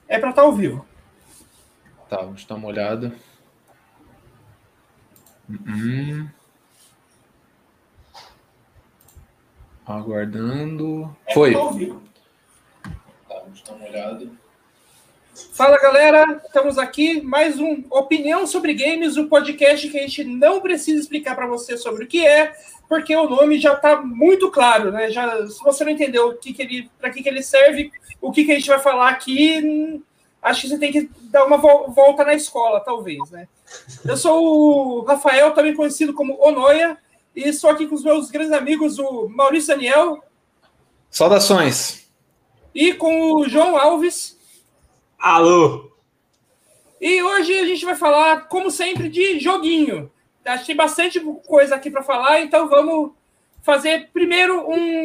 É para estar ao vivo. Tá, vamos dar uma olhada. Aguardando. Foi. Tá ao vivo. Tá, vamos dar uma olhada. Fala, galera. Estamos aqui. Mais um Opinião sobre Games, o podcast que a gente não precisa explicar para você sobre o que é, porque o nome já está muito claro, né? Se você não entendeu para que ele serve, o que a gente vai falar aqui, acho que você tem que dar uma volta na escola, talvez, né? Eu sou o Rafael, também conhecido como Onoia, e estou aqui com os meus grandes amigos, o Maurício Daniel. Saudações. E com o João Alves. Alô! E hoje a gente vai falar, como sempre, de joguinho. Acho que tem bastante coisa aqui para falar, então vamos fazer primeiro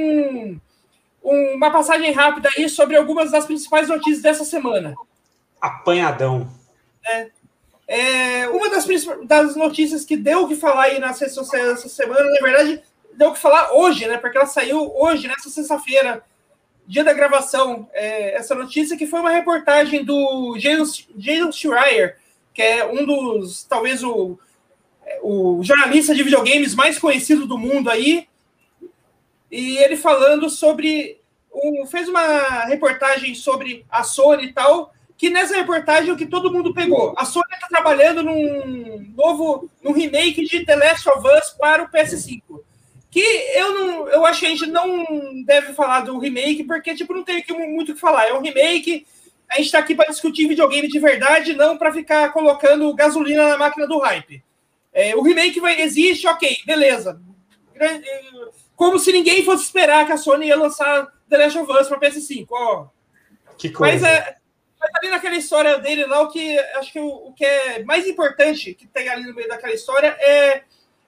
uma passagem rápida aí sobre algumas das principais notícias dessa semana. Apanhadão. Uma das notícias que deu o que falar aí nas redes sociais essa semana, na verdade, deu o que falar hoje, né? Porque ela saiu hoje, nessa sexta-feira, dia da gravação, essa notícia, que foi uma reportagem do Jason Schreier, que é um dos, talvez, o jornalista de videogames mais conhecido do mundo aí, e ele falando sobre... fez uma reportagem sobre a Sony e tal, que nessa reportagem o que todo mundo pegou. A Sony está trabalhando num remake de The Last of Us para o PS5. Que eu acho que a gente não deve falar do remake, porque tipo, não tem muito o que falar. É um remake, a gente está aqui para discutir videogame de verdade, não para ficar colocando gasolina na máquina do hype. O remake existe, ok, beleza. Como se ninguém fosse esperar que a Sony ia lançar The Last of Us para PS5. Ó. Que coisa. Mas ali naquela história dele lá, acho que o que é mais importante que tem ali no meio daquela história é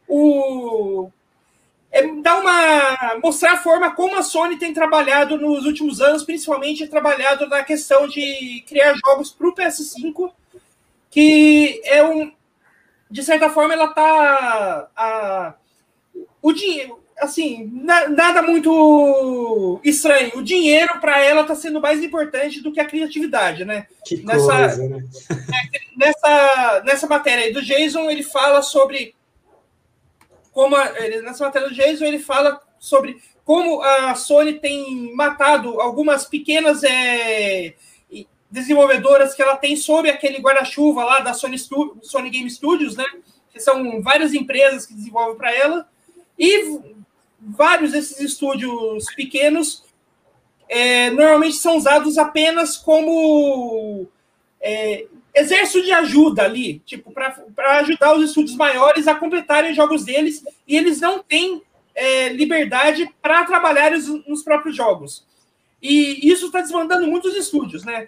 mostrar a forma como a Sony tem trabalhado nos últimos anos, principalmente trabalhado na questão de criar jogos para o PS5, que de certa forma, ela está... o dinheiro, assim, nada muito estranho. O dinheiro, para ela, está sendo mais importante do que a criatividade, né? Que coisa, né? Nessa matéria aí do Jason, ele fala sobre... nessa matéria do Jason, ele fala sobre como a Sony tem matado algumas pequenas desenvolvedoras que ela tem sob aquele guarda-chuva lá da Sony Game Studios, né? Que são várias empresas que desenvolvem para ela. E vários desses estúdios pequenos normalmente são usados apenas como exército de ajuda ali, tipo, para ajudar os estúdios maiores a completarem os jogos deles, e eles não têm liberdade para trabalhar nos próprios jogos. E isso está desmandando muitos estúdios, né?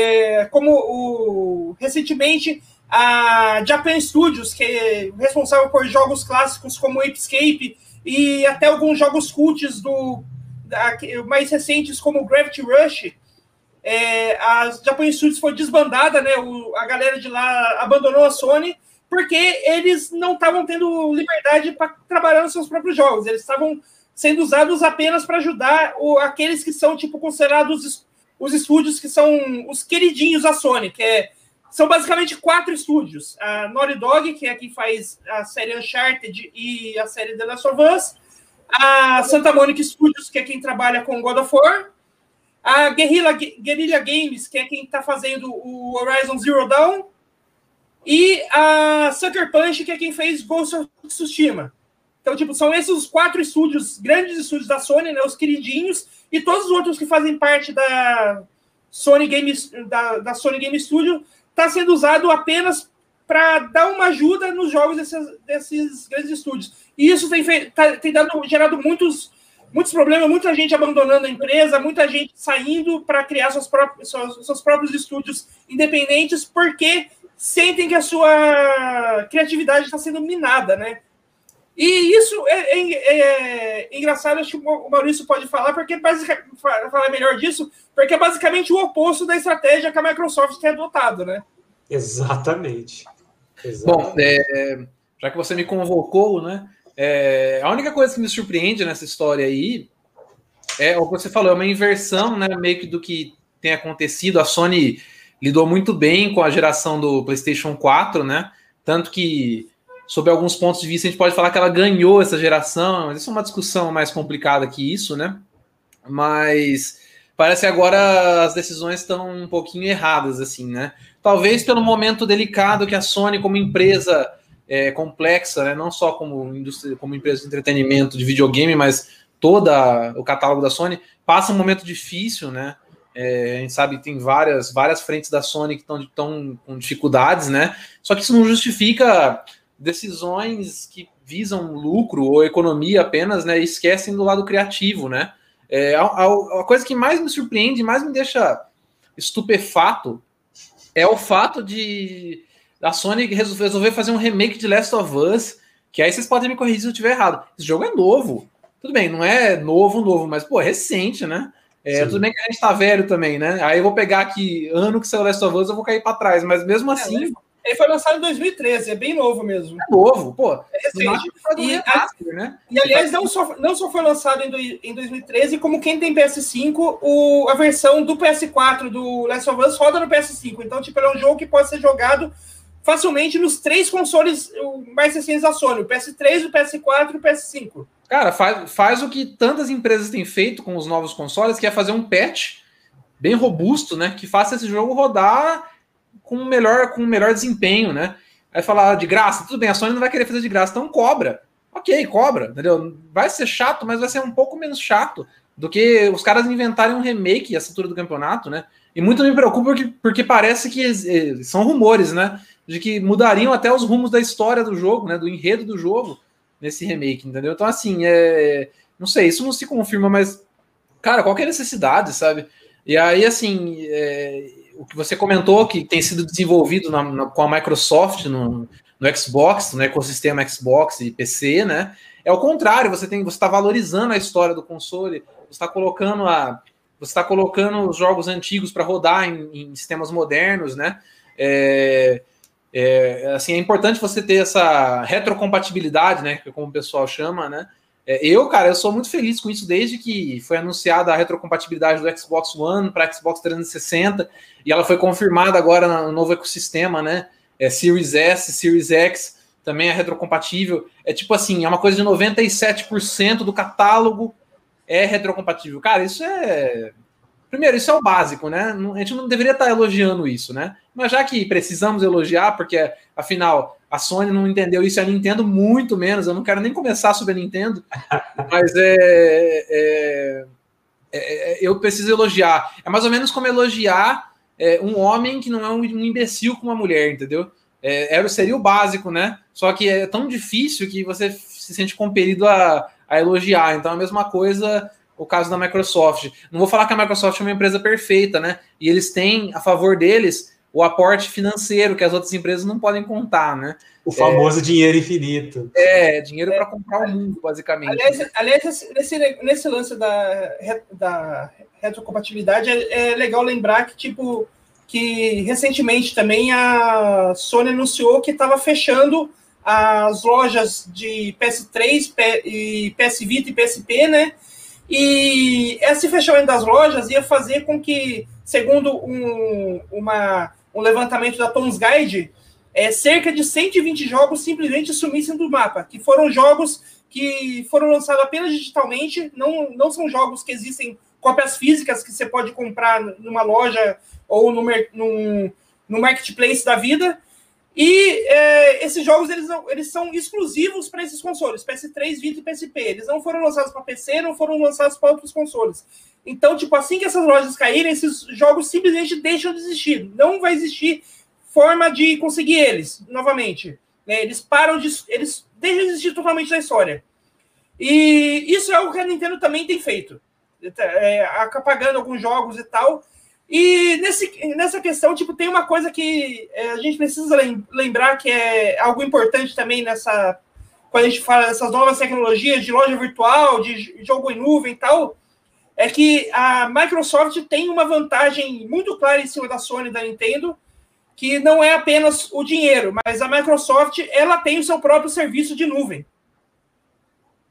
Recentemente, a Japan Studios, que é responsável por jogos clássicos como Escape e até alguns jogos cults mais recentes como Gravity Rush, a Japan Studios foi desbandada, né? A galera de lá abandonou a Sony porque eles não estavam tendo liberdade para trabalhar nos seus próprios jogos. Eles estavam sendo usados apenas para ajudar aqueles que são tipo considerados os estúdios que são os queridinhos da Sony, são basicamente 4 estúdios. A Naughty Dog, que é quem faz a série Uncharted e a série The Last of Us. A Santa Monica Studios, que é quem trabalha com God of War. A Guerrilla Games, que é quem está fazendo o Horizon Zero Dawn. E a Sucker Punch, que é quem fez Ghost of Tsushima. Então, tipo, são esses os 4 estúdios, grandes estúdios da Sony, né, os queridinhos, e todos os outros que fazem parte da Sony Game Studio está sendo usado apenas para dar uma ajuda nos jogos desses grandes estúdios. E isso tem gerado muitos problemas, muita gente abandonando a empresa, muita gente saindo para criar seus próprios estúdios independentes, porque sentem que a sua criatividade está sendo minada, né? E isso é engraçado, acho que o Maurício pode falar, falar melhor disso, porque é basicamente o oposto da estratégia que a Microsoft tem adotado, né? Exatamente. Bom, já que você me convocou, né? A única coisa que me surpreende nessa história aí é o que você falou, é uma inversão, né? Meio que do que tem acontecido. A Sony lidou muito bem com a geração do PlayStation 4, né? Tanto que, sob alguns pontos de vista, a gente pode falar que ela ganhou essa geração, mas isso é uma discussão mais complicada que isso, né? Mas parece que agora as decisões estão um pouquinho erradas, assim, né? Talvez pelo momento delicado que a Sony, como empresa complexa, né? Não só como indústria, como empresa de entretenimento de videogame, mas todo o catálogo da Sony, passa um momento difícil, né? A gente sabe que tem várias frentes da Sony que estão com dificuldades, né? Só que isso não justifica decisões que visam lucro ou economia apenas, né? E esquecem do lado criativo, né? A coisa que mais me surpreende, mais me deixa estupefato, é o fato de a Sony resolver fazer um remake de Last of Us, que aí vocês podem me corrigir se eu estiver errado. Esse jogo é novo. Tudo bem, não é novo, mas, pô, é recente, né? Tudo bem que a gente tá velho também, né? Aí eu vou pegar aqui, ano que saiu Last of Us, eu vou cair pra trás, mas mesmo assim... Ele foi lançado em 2013, é bem novo mesmo. É novo, pô. É recente. E aliás, não só foi lançado em 2013, como quem tem PS5, a versão do PS4 do Last of Us roda no PS5. Então, tipo, ele é um jogo que pode ser jogado facilmente nos 3 consoles mais recentes da Sony, o PS3, o PS4 e o PS5. Cara, faz o que tantas empresas têm feito com os novos consoles, que é fazer um patch bem robusto, né? Que faça esse jogo rodar com melhor desempenho, né? Aí falar de graça, tudo bem, a Sony não vai querer fazer de graça, então cobra. Ok, cobra, entendeu? Vai ser chato, mas vai ser um pouco menos chato do que os caras inventarem um remake essa altura do campeonato, né? E muito me preocupa porque parece que são rumores, né? De que mudariam até os rumos da história do jogo, né? Do enredo do jogo nesse remake, entendeu? Então, assim, não sei, isso não se confirma, mas, cara, qual que é a necessidade, sabe? E aí, assim, o que você comentou, que tem sido desenvolvido com a Microsoft no Xbox, no ecossistema Xbox e PC, né? É o contrário, você está valorizando a história do console, você está colocando os jogos antigos para rodar em sistemas modernos, né? Assim, é importante você ter essa retrocompatibilidade, né? Como o pessoal chama, né? Eu sou muito feliz com isso desde que foi anunciada a retrocompatibilidade do Xbox One para Xbox 360 e ela foi confirmada agora no novo ecossistema, né? Series S, Series X também é retrocompatível. É tipo assim, é uma coisa de 97% do catálogo é retrocompatível. Cara, isso é... Primeiro, isso é o básico, né? A gente não deveria estar elogiando isso, né? Mas já que precisamos elogiar, porque, afinal, a Sony não entendeu isso, a Nintendo muito menos, eu não quero nem começar sobre a Nintendo, mas eu preciso elogiar. É mais ou menos como elogiar um homem que não é um imbecil com uma mulher, entendeu? Seria o básico, né? Só que é tão difícil que você se sente compelido a elogiar. Então, a mesma coisa... o caso da Microsoft. Não vou falar que a Microsoft é uma empresa perfeita, né? E eles têm a favor deles o aporte financeiro que as outras empresas não podem contar, né? O famoso dinheiro infinito. Dinheiro para comprar o mundo, basicamente. Aliás, nesse lance da retrocompatibilidade, é legal lembrar que recentemente também a Sony anunciou que estava fechando as lojas de PS3, PS Vita e PSP, né? E esse fechamento das lojas ia fazer com que, segundo um levantamento da Tom's Guide, cerca de 120 jogos simplesmente sumissem do mapa, que foram jogos que foram lançados apenas digitalmente, não são jogos que existem cópias físicas que você pode comprar numa loja ou no marketplace da vida. E esses jogos eles são exclusivos para esses consoles, PS3, Vita e PSP. Eles não foram lançados para PC, não foram lançados para outros consoles. Então, tipo, assim que essas lojas caírem, esses jogos simplesmente deixam de existir. Não vai existir forma de conseguir eles novamente. Eles deixam de existir totalmente na história. E isso é o que a Nintendo também tem feito. Apagando alguns jogos e tal. E nessa questão, tipo, tem uma coisa que a gente precisa lembrar que é algo importante também quando a gente fala dessas novas tecnologias de loja virtual, de jogo em nuvem e tal, é que a Microsoft tem uma vantagem muito clara em cima da Sony e da Nintendo, que não é apenas o dinheiro, mas a Microsoft ela tem o seu próprio serviço de nuvem.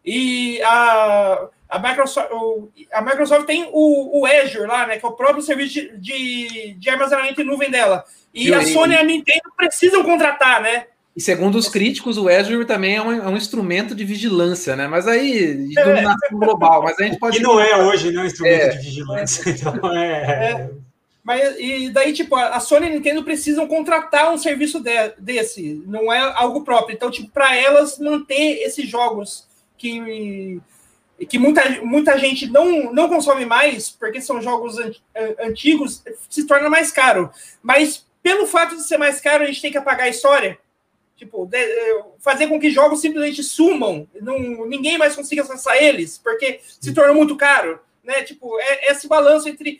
E a Microsoft tem o Azure lá, né, que é o próprio serviço de armazenamento em nuvem dela. E a Sony e a Nintendo precisam contratar, né? E segundo os críticos, o Azure também é um instrumento de vigilância, né? Mas aí, de dominação global. Mas a gente pode... E não é hoje, né, um instrumento de vigilância. Então, Mas, e daí, tipo, a Sony e a Nintendo precisam contratar um serviço desse. Não é algo próprio. Então, tipo, para elas manter esses jogos que muita gente não consome mais, porque são jogos antigos, se torna mais caro. Mas, pelo fato de ser mais caro, a gente tem que apagar a história. Tipo, fazer com que jogos simplesmente sumam, ninguém mais consiga acessar eles, porque se tornou muito caro, né? Tipo, esse balanço entre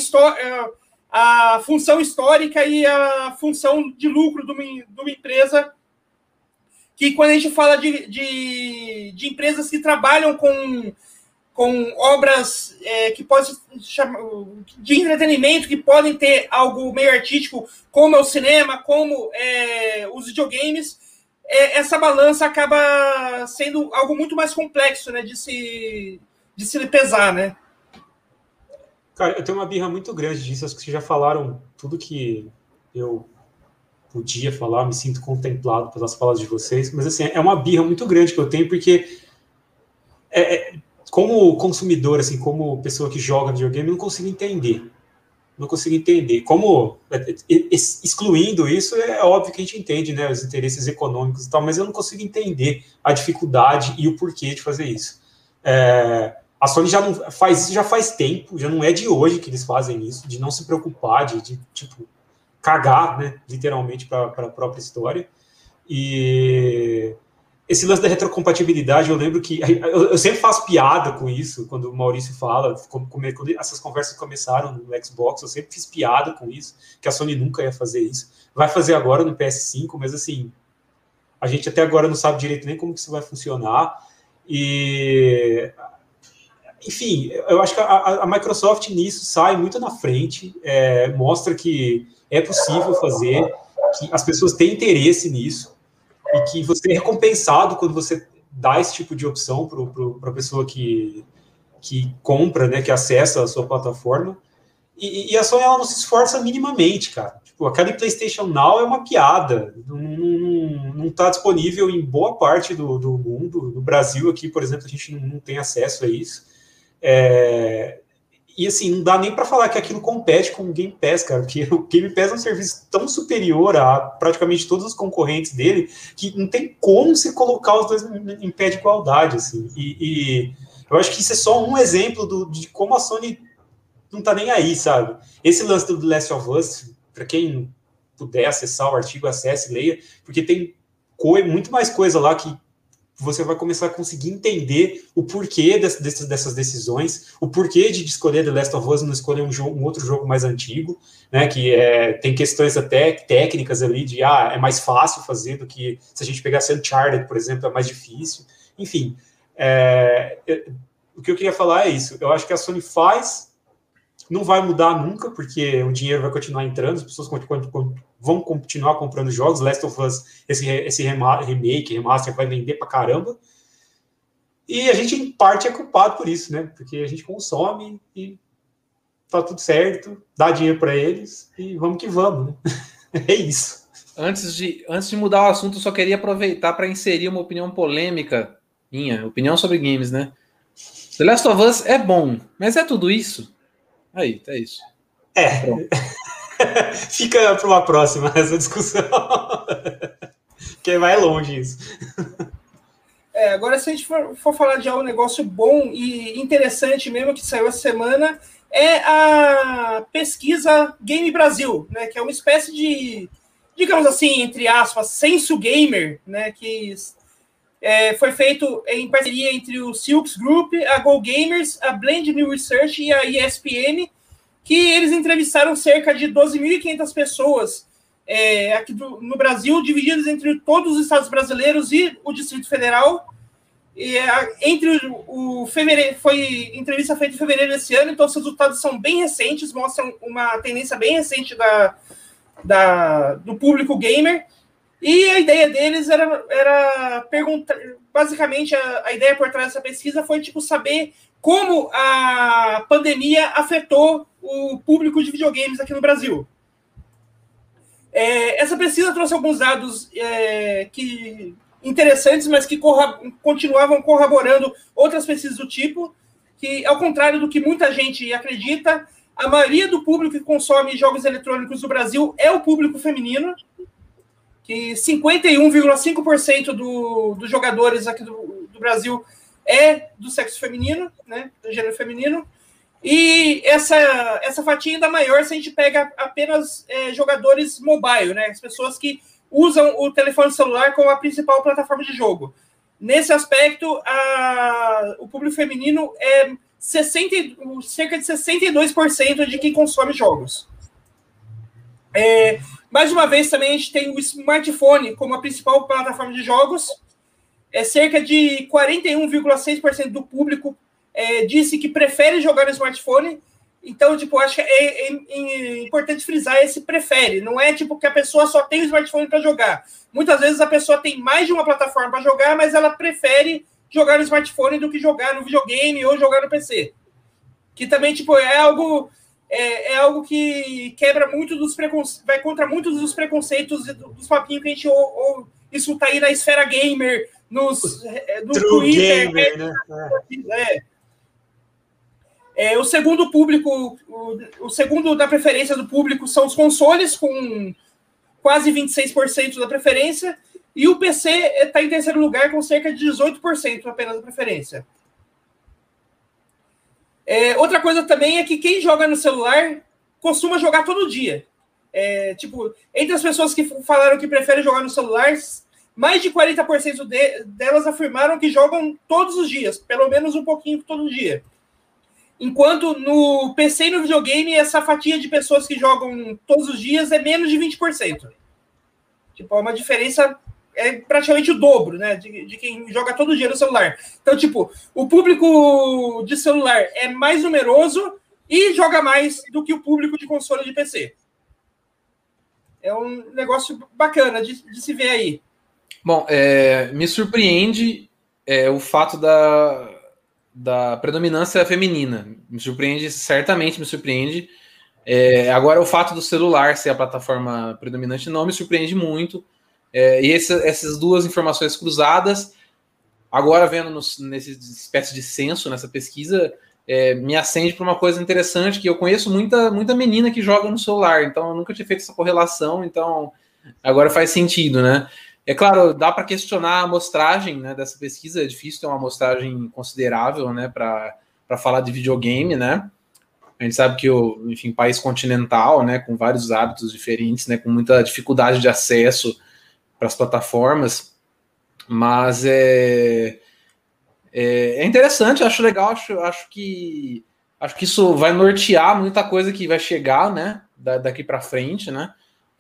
a função histórica e a função de lucro de uma empresa, que quando a gente fala de empresas que trabalham com obras que podem chamar de entretenimento, que podem ter algo meio artístico, como é o cinema, como os videogames, essa balança acaba sendo algo muito mais complexo, né, de se pesar, né? Cara, eu tenho uma birra muito grande disso. Acho que vocês já falaram tudo que eu podia falar, me sinto contemplado pelas falas de vocês, mas assim, é uma birra muito grande que eu tenho, porque como consumidor, assim, como pessoa que joga videogame, eu não consigo entender. Não consigo entender. Como, excluindo isso, é óbvio que a gente entende, né, os interesses econômicos e tal, mas eu não consigo entender a dificuldade e o porquê de fazer isso. A Sony já não faz isso já faz tempo, já não é de hoje que eles fazem isso, de não se preocupar, de tipo, cagar, né, literalmente, para a própria história. E esse lance da retrocompatibilidade, eu lembro que eu sempre faço piada com isso, quando o Maurício fala, quando essas conversas começaram no Xbox, eu sempre fiz piada com isso, que a Sony nunca ia fazer isso. Vai fazer agora no PS5, mas assim, a gente até agora não sabe direito nem como que isso vai funcionar. E, enfim, eu acho que a Microsoft nisso sai muito na frente, mostra que é possível fazer, que as pessoas têm interesse nisso, e que você é recompensado quando você dá esse tipo de opção para a pessoa que compra, né, que acessa a sua plataforma. E a Sony, ela não se esforça minimamente, cara. Tipo, aquele PlayStation Now é uma piada. Não está disponível em boa parte do mundo. No Brasil, aqui, por exemplo, a gente não tem acesso a isso. E assim, não dá nem para falar que aquilo compete com o Game Pass, cara, porque o Game Pass é um serviço tão superior a praticamente todos os concorrentes dele, que não tem como se colocar os dois em pé de igualdade, assim. E eu acho que isso é só um exemplo de como a Sony não tá nem aí, sabe? Esse lance do The Last of Us, para quem puder acessar o artigo, acesse, leia, porque tem muito mais coisa lá que você vai começar a conseguir entender o porquê dessas decisões, o porquê de escolher The Last of Us e não escolher um outro jogo mais antigo, né, que tem questões até técnicas ali de, é mais fácil fazer do que se a gente pegasse Uncharted, por exemplo, é mais difícil. Enfim, o que eu queria falar é isso. Eu acho que a Sony não vai mudar nunca, porque o dinheiro vai continuar entrando, as pessoas vão continuar comprando jogos. Last of Us, esse remake, remaster, vai vender pra caramba. E a gente, em parte, é culpado por isso, né? Porque a gente consome e tá tudo certo, dá dinheiro para eles e vamos que vamos, né? É isso. Antes de mudar o assunto, eu só queria aproveitar para inserir uma opinião polêmica minha, opinião sobre games, né? The Last of Us é bom, mas é tudo isso? Aí, é isso. Fica para uma próxima essa discussão. Porque vai longe isso. Agora, se a gente for falar de um negócio bom e interessante mesmo que saiu essa semana, é a pesquisa Game Brasil, né? Que é uma espécie de, digamos assim, entre aspas, censo gamer, né? Que foi feito em parceria entre o Silks Group, a Go Gamers, a Blend New Research e a ESPN, que eles entrevistaram cerca de 12.500 pessoas aqui no Brasil, divididas entre todos os estados brasileiros e o Distrito Federal. Foi entrevista feita em fevereiro desse ano, então os resultados são bem recentes, mostram uma tendência bem recente do público gamer. E a ideia deles era perguntar, basicamente a ideia por trás dessa pesquisa foi tipo saber como a pandemia afetou o público de videogames aqui no Brasil. Essa pesquisa trouxe alguns dados interessantes, mas que continuavam corroborando outras pesquisas do tipo, que, ao contrário do que muita gente acredita, a maioria do público que consome jogos eletrônicos no Brasil é o público feminino, que 51,5% dos jogadores aqui do Brasil é do sexo feminino, né, do gênero feminino, e essa fatia ainda maior se a gente pega apenas jogadores mobile, né, as pessoas que usam o telefone celular como a principal plataforma de jogo. Nesse aspecto, o público feminino é cerca de 62% de quem consome jogos. Mais uma vez, também a gente tem o smartphone como a principal plataforma de jogos. Cerca de 41,6% do público disse que prefere jogar no smartphone. Então, tipo, acho que é importante frisar esse prefere. Não é tipo que a pessoa só tem o smartphone para jogar. Muitas vezes a pessoa tem mais de uma plataforma para jogar, mas ela prefere jogar no smartphone do que jogar no videogame ou jogar no PC. Que também, tipo, é algo que quebra muito dos preconceitos, vai contra muitos dos preconceitos dos papinhos que a gente isso tá aí na esfera gamer, no Twitter, gamer, né? O segundo público, o segundo da preferência do público são os consoles, com quase 26% da preferência, e o PC está em terceiro lugar com cerca de 18% apenas da preferência. Outra coisa também é que quem joga no celular costuma jogar todo dia. Tipo, entre as pessoas que falaram que preferem jogar no celular, mais de 40% delas afirmaram que jogam todos os dias, pelo menos um pouquinho todo dia. Enquanto no PC e no videogame, essa fatia de pessoas que jogam todos os dias é menos de 20%. Tipo, é uma diferença, praticamente o dobro, né, de quem joga todo dia no celular. Então, tipo, o público de celular é mais numeroso e joga mais do que o público de console de PC. É um negócio bacana de se ver aí. Bom, me surpreende o fato da predominância feminina. Certamente me surpreende. Agora, o fato do celular ser a plataforma predominante não me surpreende muito. E essas duas informações cruzadas, agora vendo nesse espécie de censo, nessa pesquisa, me acende para uma coisa interessante, que eu conheço muita menina que joga no celular, então eu nunca tinha feito essa correlação, então agora faz sentido, né? É claro, dá para questionar a amostragem, né, dessa pesquisa, é difícil ter uma amostragem considerável, né, para falar de videogame, né? A gente sabe que enfim, país continental, né, com vários hábitos diferentes, né, com muita dificuldade de acesso para as plataformas, mas é interessante, acho legal, acho que isso vai nortear muita coisa que vai chegar, né, daqui para frente, né?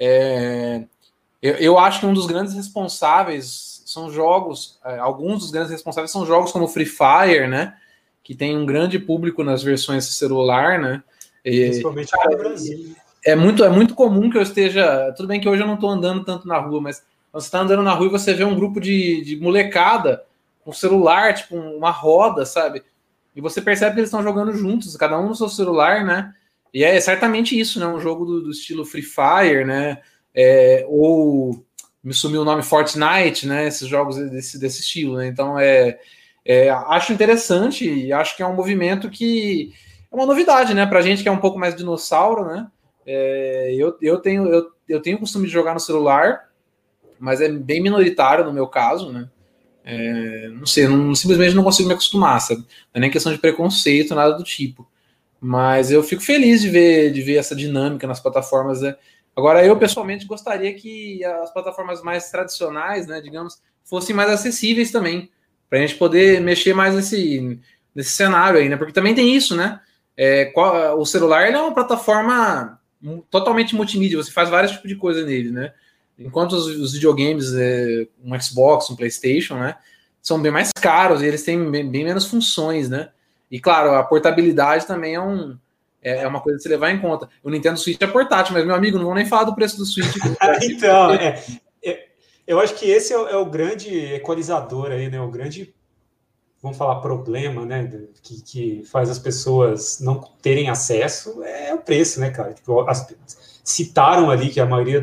Eu acho que um dos grandes responsáveis são jogos, alguns dos grandes responsáveis são jogos como Free Fire, né, que tem um grande público nas versões celular, né? Principalmente aqui no Brasil. É muito comum que eu esteja, tudo bem que hoje eu não estou andando tanto na rua, mas você está andando na rua e você vê um grupo de molecada com celular, tipo uma roda, sabe? E você percebe que eles estão jogando juntos, cada um no seu celular, né? E é certamente isso, né? Um jogo do estilo Free Fire, né? Ou me sumiu o nome Fortnite, né? Esses jogos desse estilo, né? Então acho interessante e acho que é um movimento que é uma novidade, né? Pra gente que é um pouco mais dinossauro, né? Eu tenho o costume de jogar no celular, mas é bem minoritário no meu caso, né? Não sei, simplesmente não consigo me acostumar, sabe? Não é nem questão de preconceito, nada do tipo. Mas eu fico feliz de ver essa dinâmica nas plataformas, né? Agora, eu pessoalmente gostaria que as plataformas mais tradicionais, né, digamos, fossem mais acessíveis também, para a gente poder mexer mais nesse cenário aí, né? Porque também tem isso, né? O celular ele é uma plataforma totalmente multimídia, você faz vários tipos de coisa nele, né? Enquanto os videogames, um Xbox, um PlayStation, né, são bem mais caros e eles têm bem menos funções, né? E claro, a portabilidade também é uma coisa a se levar em conta. O Nintendo Switch é portátil, mas meu amigo, não vou nem falar do preço do Switch. Então, Eu acho que esse é o grande equalizador aí, né? O grande, vamos falar, problema, né? Que faz as pessoas não terem acesso é o preço, né, cara? Tipo, citaram ali que a maioria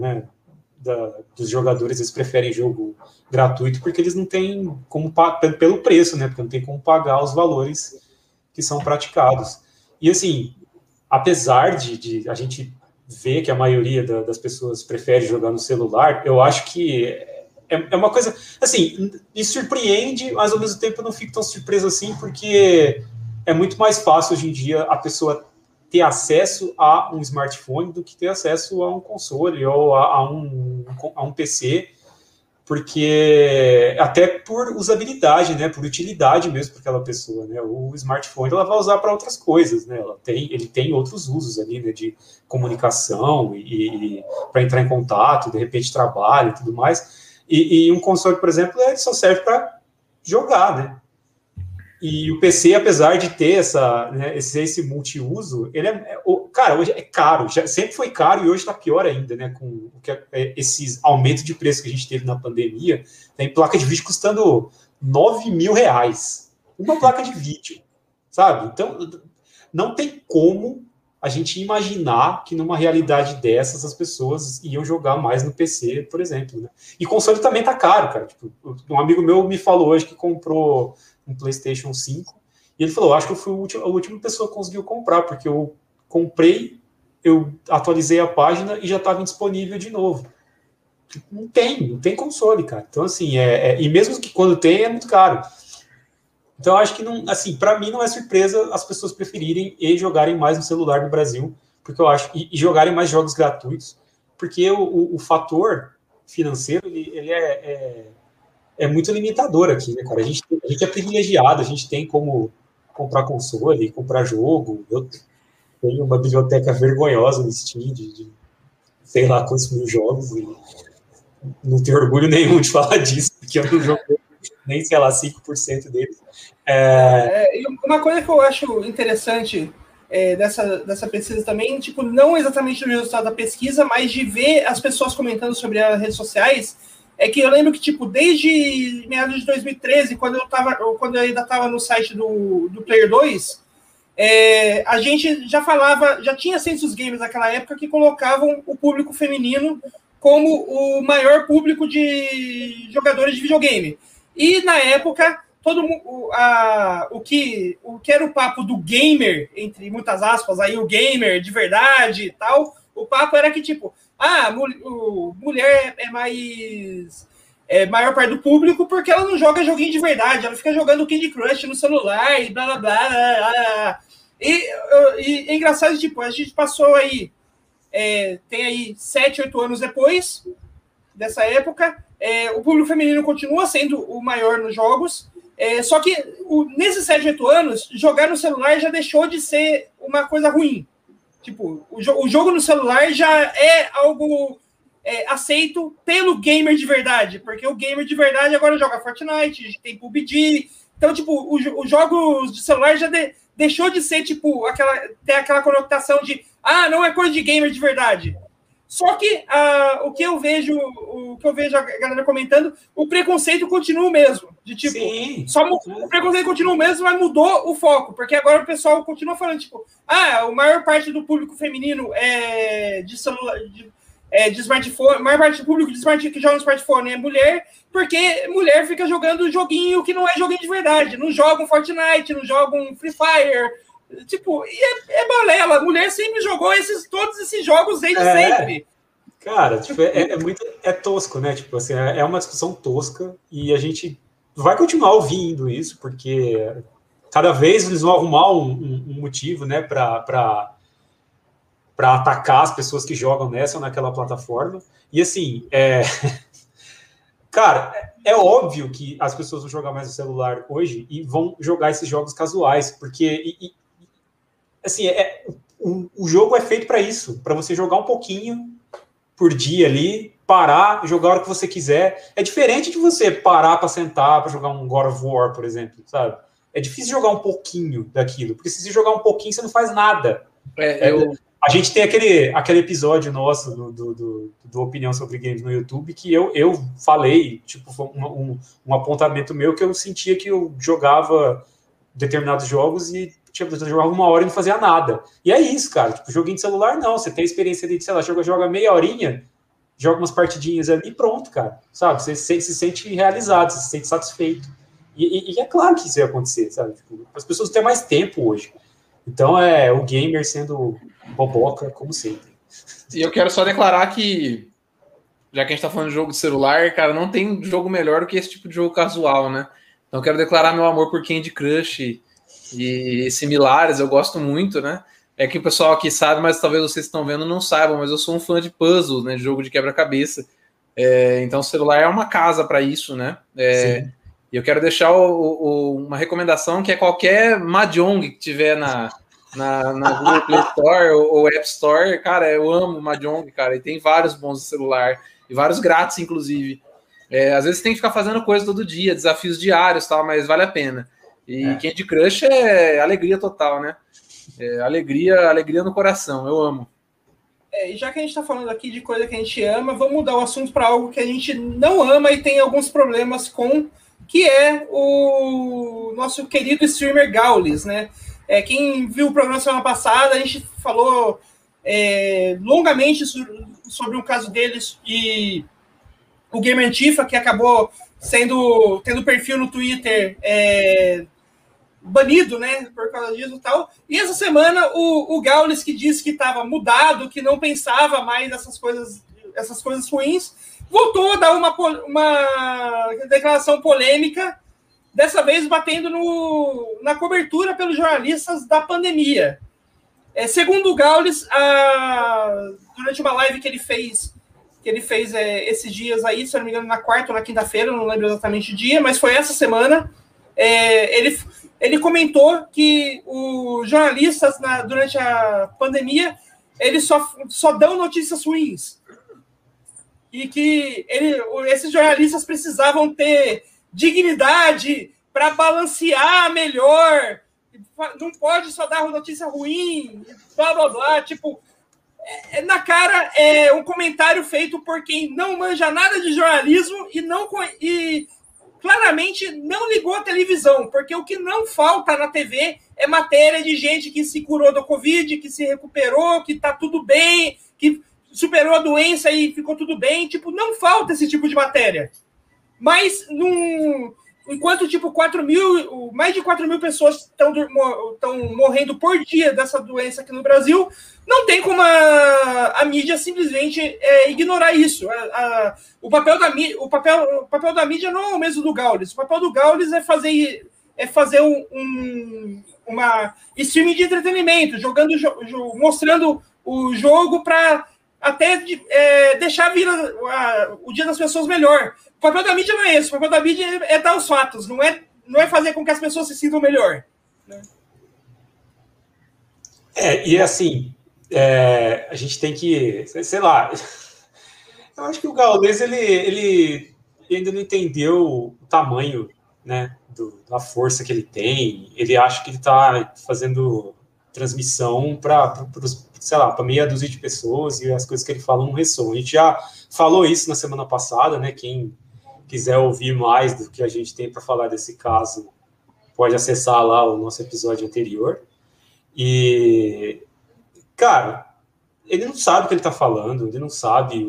dos jogadores eles preferem jogo gratuito porque eles não têm como pelo preço, né? Porque não tem como pagar os valores que são praticados. E assim, apesar de a gente ver que a maioria das pessoas prefere jogar no celular, eu acho que é uma coisa, assim, me surpreende, mas ao mesmo tempo eu não fico tão surpreso assim, porque é muito mais fácil hoje em dia a pessoa ter acesso a um smartphone do que ter acesso a um console ou a um PC, porque até por usabilidade, né, por utilidade mesmo para aquela pessoa, né, o smartphone ela vai usar para outras coisas, né, ele tem outros usos ali, né, de comunicação e para entrar em contato, de repente trabalho e tudo mais, e um console, por exemplo, ele só serve para jogar, né, e o PC, apesar de ter esse multiuso, ele cara, hoje é caro, sempre foi caro e hoje está pior ainda, né? Com esses aumentos de preço que a gente teve na pandemia, tem placa de vídeo custando R$9.000. Uma placa de vídeo, sabe? Então, não tem como a gente imaginar que numa realidade dessas as pessoas iam jogar mais no PC, por exemplo, né? E console também tá caro, cara. Tipo, um amigo meu me falou hoje que comprou um PlayStation 5, e ele falou, acho que eu fui a última pessoa que conseguiu comprar, porque eu comprei, eu atualizei a página e já estava indisponível de novo. Não tem console, cara. Então, assim, e mesmo que quando tem, é muito caro. Então, eu acho que, não, assim, para mim não é surpresa as pessoas preferirem e jogarem mais no celular no Brasil, porque eu acho, e jogarem mais jogos gratuitos, porque o fator financeiro, ele é muito limitador aqui, né, cara? A gente é privilegiado, a gente tem como comprar console, comprar jogo. Eu tenho uma biblioteca vergonhosa no Steam de sei lá quantos mil jogos e não tenho orgulho nenhum de falar disso, porque eu não joguei nem, sei lá, 5% deles. Uma coisa que eu acho interessante dessa pesquisa também, tipo, não exatamente do resultado da pesquisa, mas de ver as pessoas comentando sobre as redes sociais, é que eu lembro que, tipo, desde meados de 2013, quando eu ainda estava no site do Player 2, a gente já tinha census games naquela época que colocavam o público feminino como o maior público de jogadores de videogame. E, na época, o que era o papo do gamer, entre muitas aspas, aí o gamer de verdade e tal, o papo era que, tipo, mulher é mais... maior parte do público porque ela não joga joguinho de verdade, ela fica jogando Candy Crush no celular e blá, blá, blá, blá. E é engraçado, tipo, a gente passou aí, tem aí 7, 8 anos depois dessa época, o público feminino continua sendo o maior nos jogos, só que nesses 7, 8 anos, jogar no celular já deixou de ser uma coisa ruim. Tipo, o jogo no celular já é algo aceito pelo gamer de verdade, porque o gamer de verdade agora joga Fortnite, tem PUBG. Então, tipo, os jogos de celular já deixou de ser, tipo, ter aquela conotação de não é coisa de gamer de verdade. Só que o que eu vejo a galera comentando, o preconceito continua o mesmo. De tipo, o preconceito continua o mesmo, mas mudou o foco, porque agora o pessoal continua falando, tipo, a maior parte do público feminino de celular, de smartphone, a maior parte do público que joga no smartphone é mulher, porque mulher fica jogando joguinho que não é joguinho de verdade, não joga um Fortnite, não joga um Free Fire. Tipo, e balela. A mulher sempre jogou todos esses jogos desde sempre. Cara, tipo, muito tosco, né? Tipo, assim, é uma discussão tosca e a gente vai continuar ouvindo isso, porque cada vez eles vão arrumar um motivo, né, para atacar as pessoas que jogam nessa ou naquela plataforma. E assim, cara, é óbvio que as pessoas vão jogar mais no celular hoje e vão jogar esses jogos casuais, porque assim, o jogo é feito para isso, para você jogar um pouquinho por dia ali, parar, jogar a hora que você quiser. É diferente de você parar para sentar para jogar um God of War, por exemplo, sabe? É difícil jogar um pouquinho daquilo, porque se você jogar um pouquinho, você não faz nada. A gente tem aquele episódio nosso do Opinião sobre Games no YouTube que eu falei, tipo, foi um apontamento meu que eu sentia que eu jogava determinados jogos e tipo, eu jogava 1 hora e não fazia nada. E é isso, cara. Tipo, joguinho de celular, não. Você tem a experiência de, sei lá, joga meia horinha, joga umas partidinhas ali e pronto, cara. Sabe? Você se sente realizado, você se sente satisfeito. E é claro que isso ia acontecer, sabe? Tipo, as pessoas têm mais tempo hoje. Então é o gamer sendo boboca, como sempre. E eu quero só declarar que, já que a gente tá falando de jogo de celular, cara, não tem jogo melhor do que esse tipo de jogo casual, né? Então eu quero declarar meu amor por Candy Crush e similares, eu gosto muito, né? É que o pessoal aqui sabe, mas talvez vocês que estão vendo não saibam, mas eu sou um fã de puzzles, né? De jogo de quebra-cabeça. Então o celular é uma casa para isso, né? E eu quero deixar uma recomendação que é qualquer Mahjong que tiver na Google Play Store ou App Store, cara, eu amo Mahjong, cara, e tem vários bons de celular, e vários grátis, inclusive. Às vezes você tem que ficar fazendo coisa todo dia, desafios diários, tal, mas vale a pena. E Candy Crush é alegria total, né? Alegria no coração, eu amo. E já que a gente está falando aqui de coisa que a gente ama, vamos mudar o assunto para algo que a gente não ama e tem alguns problemas com, que é o nosso querido streamer Gaules, né? Quem viu o programa semana passada, a gente falou longamente sobre o caso deles e o Gamer Antifa, que acabou tendo perfil no Twitter banido, né, por causa disso e tal. E essa semana o Gaules, que disse que estava mudado, que não pensava mais essas coisas ruins, voltou a dar uma declaração polêmica, dessa vez batendo na cobertura pelos jornalistas da pandemia. Segundo o Gaules, durante uma live que ele fez esses dias aí, se eu não me engano, na quarta ou na quinta-feira, não lembro exatamente o dia, mas foi essa semana, ele comentou que os jornalistas, durante a pandemia, eles só dão notícias ruins. E que esses jornalistas precisavam ter dignidade para balancear melhor. Não pode só dar notícia ruim, blá, blá, blá. Tipo, na cara, um comentário feito por quem não manja nada de jornalismo e claramente não ligou a televisão, porque o que não falta na TV é matéria de gente que se curou do Covid, que se recuperou, que tá tudo bem, que superou a doença e ficou tudo bem. Tipo, não falta esse tipo de matéria. Mas, enquanto, tipo, mais de 4 mil pessoas estão morrendo por dia dessa doença aqui no Brasil, não tem como a mídia simplesmente ignorar isso. O papel da mídia não é o mesmo do Gaules. O papel do Gaules é fazer uma streaming de entretenimento, mostrando o jogo para até deixar o dia das pessoas melhor. O papel da mídia não é esse. O papel da mídia é dar os fatos, não é fazer com que as pessoas se sintam melhor. Né? E assim, a gente tem que, sei lá, eu acho que o Gaules, ele ainda não entendeu o tamanho, né, da força que ele tem. Ele acha que ele está fazendo transmissão para meia dúzia de pessoas e as coisas que ele fala não ressoam. A gente já falou isso na semana passada, né? Quem quiser ouvir mais do que a gente tem para falar desse caso, pode acessar lá o nosso episódio anterior. E, cara, ele não sabe o que ele está falando, ele não sabe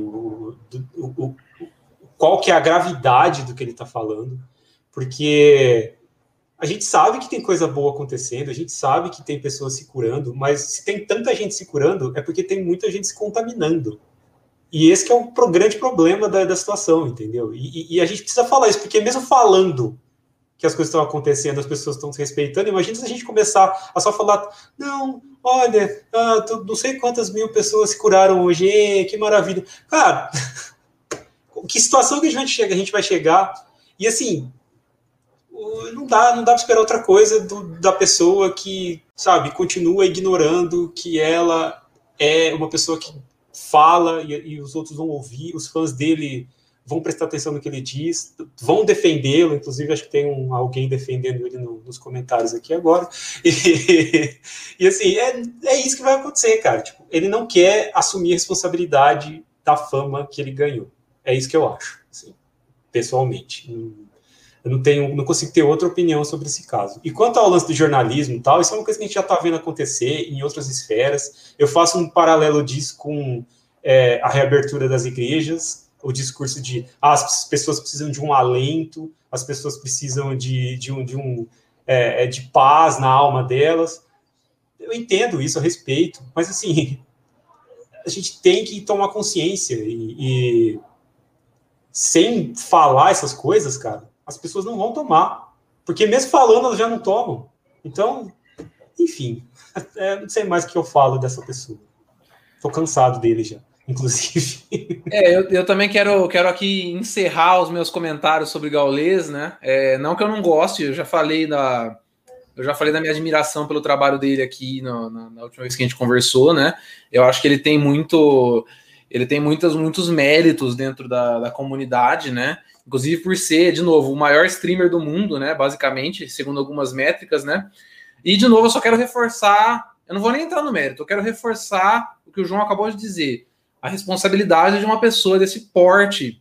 qual que é a gravidade do que ele está falando, porque a gente sabe que tem coisa boa acontecendo, a gente sabe que tem pessoas se curando, mas se tem tanta gente se curando, é porque tem muita gente se contaminando. E esse que é o grande problema da situação, entendeu? E a gente precisa falar isso, porque mesmo falando que as coisas estão acontecendo, as pessoas estão se respeitando, imagina se a gente começar a só falar, não, olha, não sei quantas mil pessoas se curaram hoje, que maravilha. Cara, que situação que a gente vai chegar? E assim, não dá para esperar outra coisa da pessoa que, sabe, continua ignorando que ela é uma pessoa que fala e os outros vão ouvir, os fãs dele vão prestar atenção no que ele diz, vão defendê-lo, inclusive acho que tem alguém defendendo ele nos comentários aqui agora, e assim, é isso que vai acontecer, cara, tipo, ele não quer assumir a responsabilidade da fama que ele ganhou, é isso que eu acho, assim, pessoalmente. Eu não consigo ter outra opinião sobre esse caso. E quanto ao lance do jornalismo e tal, isso é uma coisa que a gente já está vendo acontecer em outras esferas. Eu faço um paralelo disso com a reabertura das igrejas, o discurso de as pessoas precisam de um alento, as pessoas precisam de paz na alma delas. Eu entendo isso, eu respeito, mas assim, a gente tem que tomar consciência e sem falar essas coisas, cara, as pessoas não vão tomar, porque mesmo falando elas já não tomam. Então, enfim, não sei mais o que eu falo dessa pessoa. Estou cansado dele já, inclusive. Eu também quero aqui encerrar os meus comentários sobre Gaules, né? Não que eu não goste, eu já falei da minha admiração pelo trabalho dele aqui na última vez que a gente conversou, né? Eu acho que ele tem muitos méritos dentro da comunidade, né? Inclusive por ser, de novo, o maior streamer do mundo, né? Basicamente, segundo algumas métricas, né? E, de novo, eu só quero reforçar, eu não vou nem entrar no mérito, eu quero reforçar o que o João acabou de dizer, a responsabilidade de uma pessoa desse porte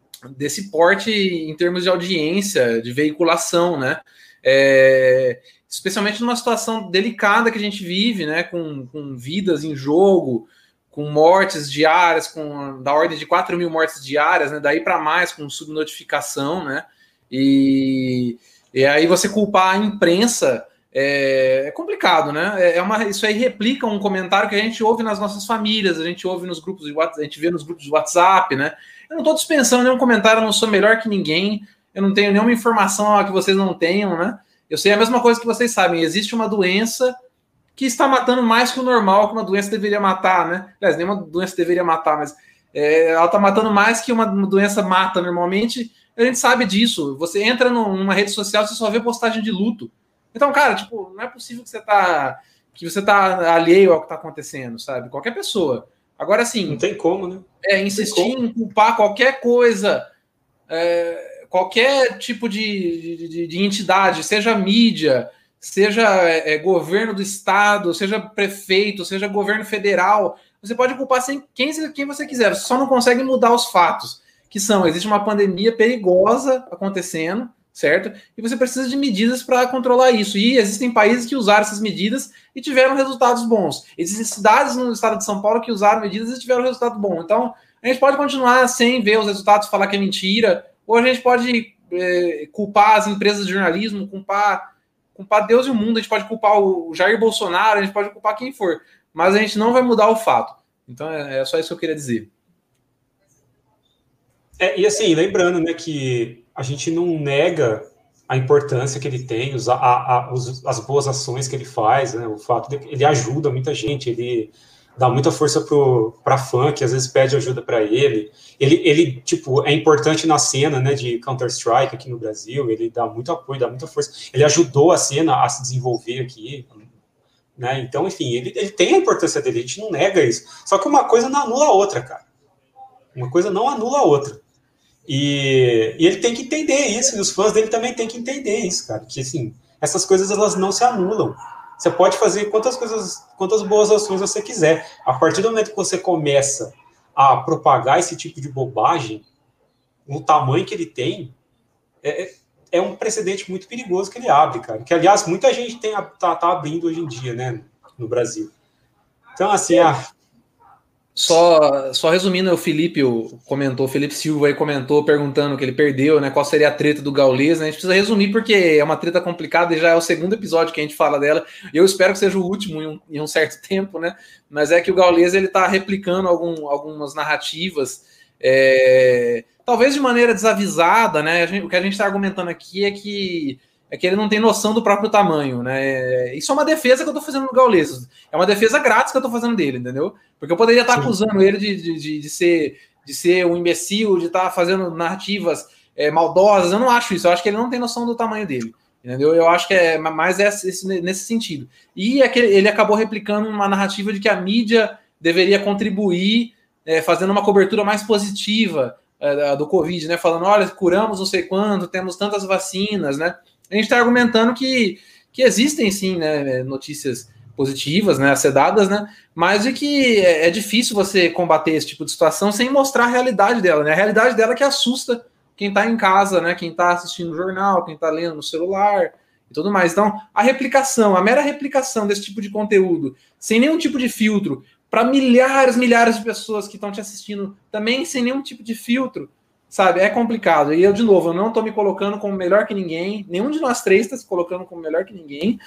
em termos de audiência, de veiculação, né? Especialmente numa situação delicada que a gente vive, né? Com vidas em jogo, com mortes diárias, da ordem de 4 mil mortes diárias, né? Daí para mais, com subnotificação, né? E aí você culpar a imprensa é complicado, né? Isso aí replica um comentário que a gente ouve nas nossas famílias, a gente ouve nos grupos de WhatsApp, a gente vê nos grupos de WhatsApp, né? Eu não estou dispensando nenhum comentário, eu não sou melhor que ninguém, eu não tenho nenhuma informação que vocês não tenham, né? Eu sei a mesma coisa que vocês sabem, existe uma doença que está matando mais que o normal, que uma doença deveria matar, né? Aliás, nenhuma doença deveria matar, mas ela está matando mais que uma doença mata normalmente. A gente sabe disso. Você entra numa rede social, você só vê postagem de luto. Então, cara, tipo, não é possível que você tá alheio ao que está acontecendo, sabe? Qualquer pessoa. Agora, assim... Não tem como, né? Insistir em culpar qualquer coisa, qualquer tipo de entidade, seja mídia, seja governo do estado, seja prefeito, seja governo federal, você pode culpar quem você quiser, você só não consegue mudar os fatos, que existe uma pandemia perigosa acontecendo, certo? E você precisa de medidas para controlar isso, e existem países que usaram essas medidas e tiveram resultados bons. Existem cidades no estado de São Paulo que usaram medidas e tiveram resultado bom. Então, a gente pode continuar sem ver os resultados, falar que é mentira, ou a gente pode culpar as empresas de jornalismo, culpar Deus e o mundo, a gente pode culpar o Jair Bolsonaro, a gente pode culpar quem for, mas a gente não vai mudar o fato. Então é só isso que eu queria dizer. E assim, lembrando, né, que a gente não nega a importância que ele tem, as boas ações que ele faz, né, o fato de que ele ajuda muita gente, ele dá muita força para fã, que às vezes pede ajuda para ele. Ele, tipo, é importante na cena, né, de Counter-Strike aqui no Brasil, ele dá muito apoio, dá muita força. Ele ajudou a cena a se desenvolver aqui, né? Então, enfim, ele tem a importância dele, a gente não nega isso. Só que uma coisa não anula a outra, cara. Uma coisa não anula a outra. E ele tem que entender isso, e os fãs dele também têm que entender isso, cara. Que, assim, essas coisas, elas não se anulam. Você pode fazer quantas boas ações você quiser. A partir do momento que você começa a propagar esse tipo de bobagem, o tamanho que ele tem, é um precedente muito perigoso que ele abre, cara. Que, aliás, muita gente tá abrindo hoje em dia, né, no Brasil. Então, assim, Só resumindo, o Felipe Silva aí comentou, perguntando que ele perdeu, né? Qual seria a treta do Gaules, né? A gente precisa resumir porque é uma treta complicada e já é o segundo episódio que a gente fala dela. Eu espero que seja o último em um certo tempo, né? Mas é que o Gaules, ele tá replicando algumas narrativas, talvez de maneira desavisada, né? O que a gente está argumentando aqui é que ele não tem noção do próprio tamanho, né? Isso é uma defesa que eu tô fazendo no Gaules. É uma defesa grátis que eu tô fazendo dele, entendeu? Porque eu poderia estar acusando ele de ser um imbecil, de estar fazendo narrativas maldosas. Eu não acho isso. Eu acho que ele não tem noção do tamanho dele, entendeu? Eu acho que é mais nesse sentido. E ele acabou replicando uma narrativa de que a mídia deveria contribuir, fazendo uma cobertura mais positiva do Covid, né? Falando, olha, curamos não sei quanto, temos tantas vacinas, né? A gente está argumentando que existem, sim, né, notícias positivas, né, acedadas, né? Mas de que é difícil você combater esse tipo de situação sem mostrar a realidade dela, né? A realidade dela que assusta quem está em casa, né? Quem está assistindo o jornal, quem está lendo no celular e tudo mais. Então, a mera replicação desse tipo de conteúdo, sem nenhum tipo de filtro, para milhares de pessoas que estão te assistindo, também sem nenhum tipo de filtro, sabe? É complicado. E eu, de novo, eu não estou me colocando como melhor que ninguém, nenhum de nós três está se colocando como melhor que ninguém.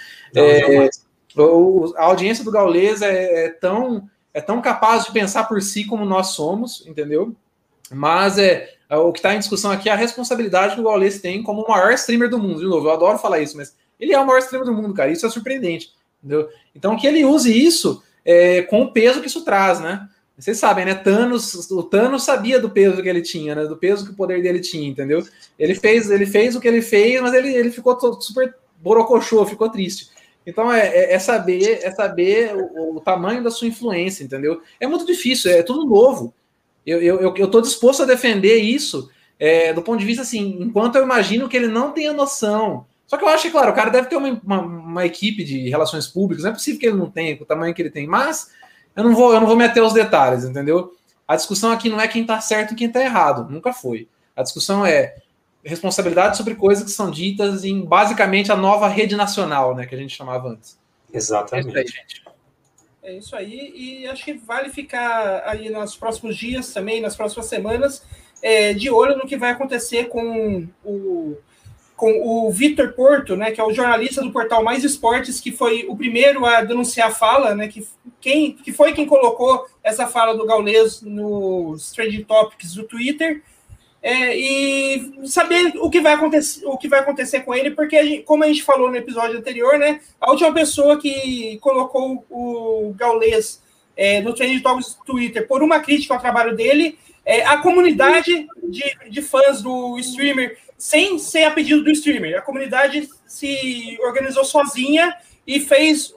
A audiência do Gaules é tão capaz de pensar por si como nós somos, entendeu? Mas o que está em discussão aqui é a responsabilidade que o Gaules tem como o maior streamer do mundo. De novo, eu adoro falar isso, mas ele é o maior streamer do mundo, cara. Isso é surpreendente, entendeu? Então, que ele use isso com o peso que isso traz, né? Vocês sabem, né? O Thanos sabia do peso que ele tinha, né? Do peso que o poder dele tinha, entendeu? Ele fez o que ele fez, mas ele ficou super borocochô, ficou triste. Então é saber o tamanho da sua influência, entendeu? É muito difícil, é tudo novo. Eu estou disposto a defender isso do ponto de vista assim, enquanto eu imagino que ele não tenha noção. Só que eu acho que, claro, o cara deve ter uma equipe de relações públicas, não é possível que ele não tenha, com o tamanho que ele tem, mas eu não vou meter os detalhes, entendeu? A discussão aqui não é quem está certo e quem está errado, nunca foi. A discussão é responsabilidade sobre coisas que são ditas em, basicamente, a nova rede nacional, né, que a gente chamava antes. Exatamente. É isso aí, gente. É isso aí, e acho que vale ficar aí nos próximos dias também, nas próximas semanas, de olho no que vai acontecer com o Vitor Porto, né, que é o jornalista do portal Mais Esportes, que foi o primeiro a denunciar a fala, né, que foi quem colocou essa fala do Gaules nos Trending Topics do Twitter, e saber o que vai acontecer com ele, porque, como a gente falou no episódio anterior, né, a última pessoa que colocou o Gaules no Trending Topics do Twitter por uma crítica ao trabalho dele, a comunidade de fãs do streamer, sem ser a pedido do streamer, a comunidade se organizou sozinha e fez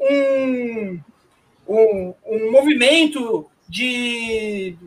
um movimento de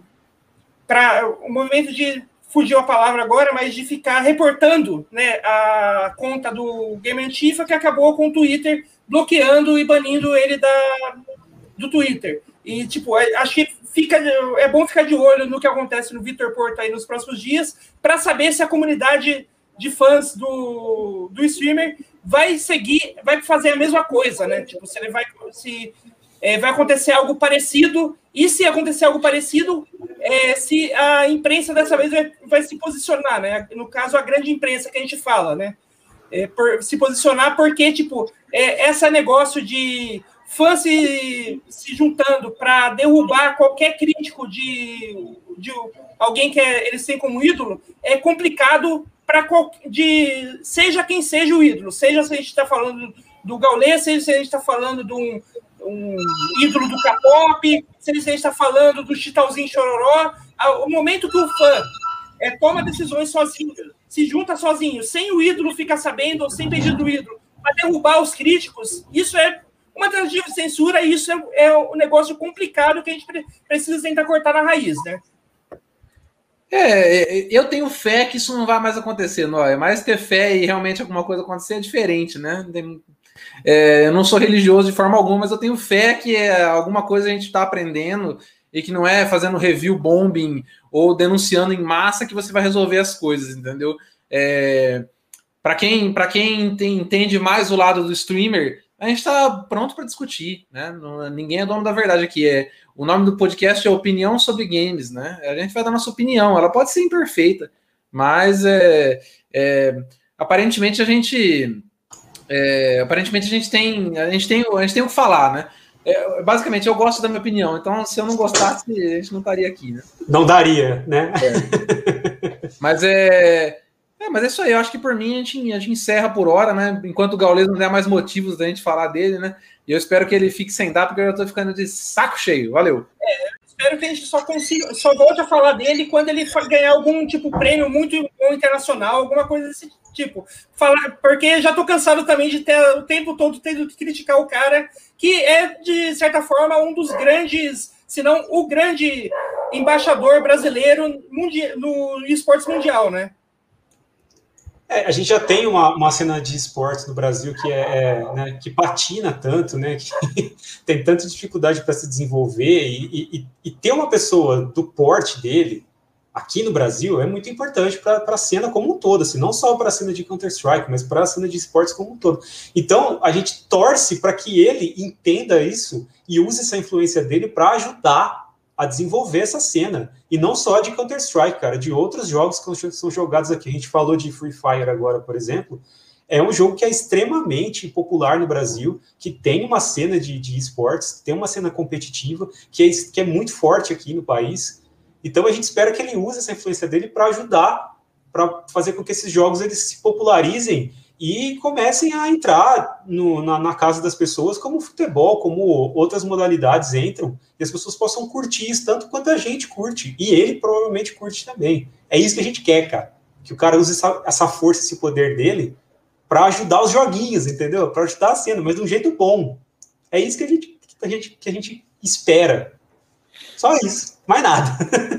fugiu a palavra agora, mas de ficar reportando, né, a conta do Game Antifa, que acabou com o Twitter bloqueando e banindo ele do Twitter. E, tipo, acho que é bom ficar de olho no que acontece no Vitor Porto aí nos próximos dias, para saber se a comunidade de fãs do streamer vai fazer a mesma coisa, né? Tipo, se ele vai acontecer algo parecido, e se acontecer algo parecido, se a imprensa dessa vez vai se posicionar, né? No caso, a grande imprensa que a gente fala, né? Se posicionar, porque, tipo, esse negócio de fãs se juntando para derrubar qualquer crítico de alguém que eles têm como ídolo, é complicado seja quem seja o ídolo, seja se a gente está falando do Gaules, seja se a gente está falando de um ídolo do K-pop, se a gente está falando do Chitãozinho Chororó. O momento que o fã toma decisões sozinho, se junta sozinho, sem o ídolo ficar sabendo, ou sem pedido do ídolo, para derrubar os críticos, isso é uma tentativa de censura, e isso é um negócio complicado que a gente precisa tentar cortar na raiz, né? Eu tenho fé que isso não vai mais acontecer, Noé. Mas ter fé e realmente alguma coisa acontecer é diferente, né? Eu não sou religioso de forma alguma, mas eu tenho fé que alguma coisa a gente está aprendendo e que não é fazendo review bombing ou denunciando em massa que você vai resolver as coisas, entendeu? Para quem entende mais o lado do streamer, a gente está pronto para discutir, né? Ninguém é dono da verdade aqui. O nome do podcast é Opinião sobre Games, né? A gente vai dar nossa opinião. Ela pode ser imperfeita, mas aparentemente a gente tem o que falar, né? Basicamente, eu gosto da minha opinião. Então, se eu não gostasse, a gente não estaria aqui, né? Não daria, né? Mas é isso aí. Eu acho que por mim a gente encerra por hora, né? Enquanto o Gaules não der mais motivos da gente falar dele, né? E eu espero que ele fique sem dar, porque eu já tô ficando de saco cheio. Valeu. Espero que a gente só volte a falar dele quando ele ganhar algum tipo prêmio muito bom internacional, alguma coisa desse tipo. Porque já tô cansado também de ter o tempo todo tendo que criticar o cara, que é, de certa forma, um dos grandes, se não o grande embaixador brasileiro no esportes mundial, né? A gente já tem uma cena de esportes no Brasil que né, que patina tanto, né, que tem tanta dificuldade para se desenvolver, e ter uma pessoa do porte dele aqui no Brasil é muito importante para a cena como um todo, assim, não só para a cena de Counter-Strike, mas para a cena de esportes como um todo. Então, a gente torce para que ele entenda isso e use essa influência dele para ajudar a desenvolver essa cena. E não só de Counter-Strike, cara, de outros jogos que são jogados aqui. A gente falou de Free Fire agora, por exemplo. É um jogo que é extremamente popular no Brasil, que tem uma cena de esportes, tem uma cena competitiva, que é muito forte aqui no país. Então a gente espera que ele use essa influência dele para ajudar, para fazer com que esses jogos eles se popularizem e comecem a entrar na casa das pessoas, como o futebol, como outras modalidades entram, e as pessoas possam curtir isso tanto quanto a gente curte, e ele provavelmente curte também. É isso que a gente quer, cara, que o cara use essa força, esse poder dele, para ajudar os joguinhos, entendeu? Para ajudar a cena, mas de um jeito bom. É isso que a gente espera. Só isso, mais nada.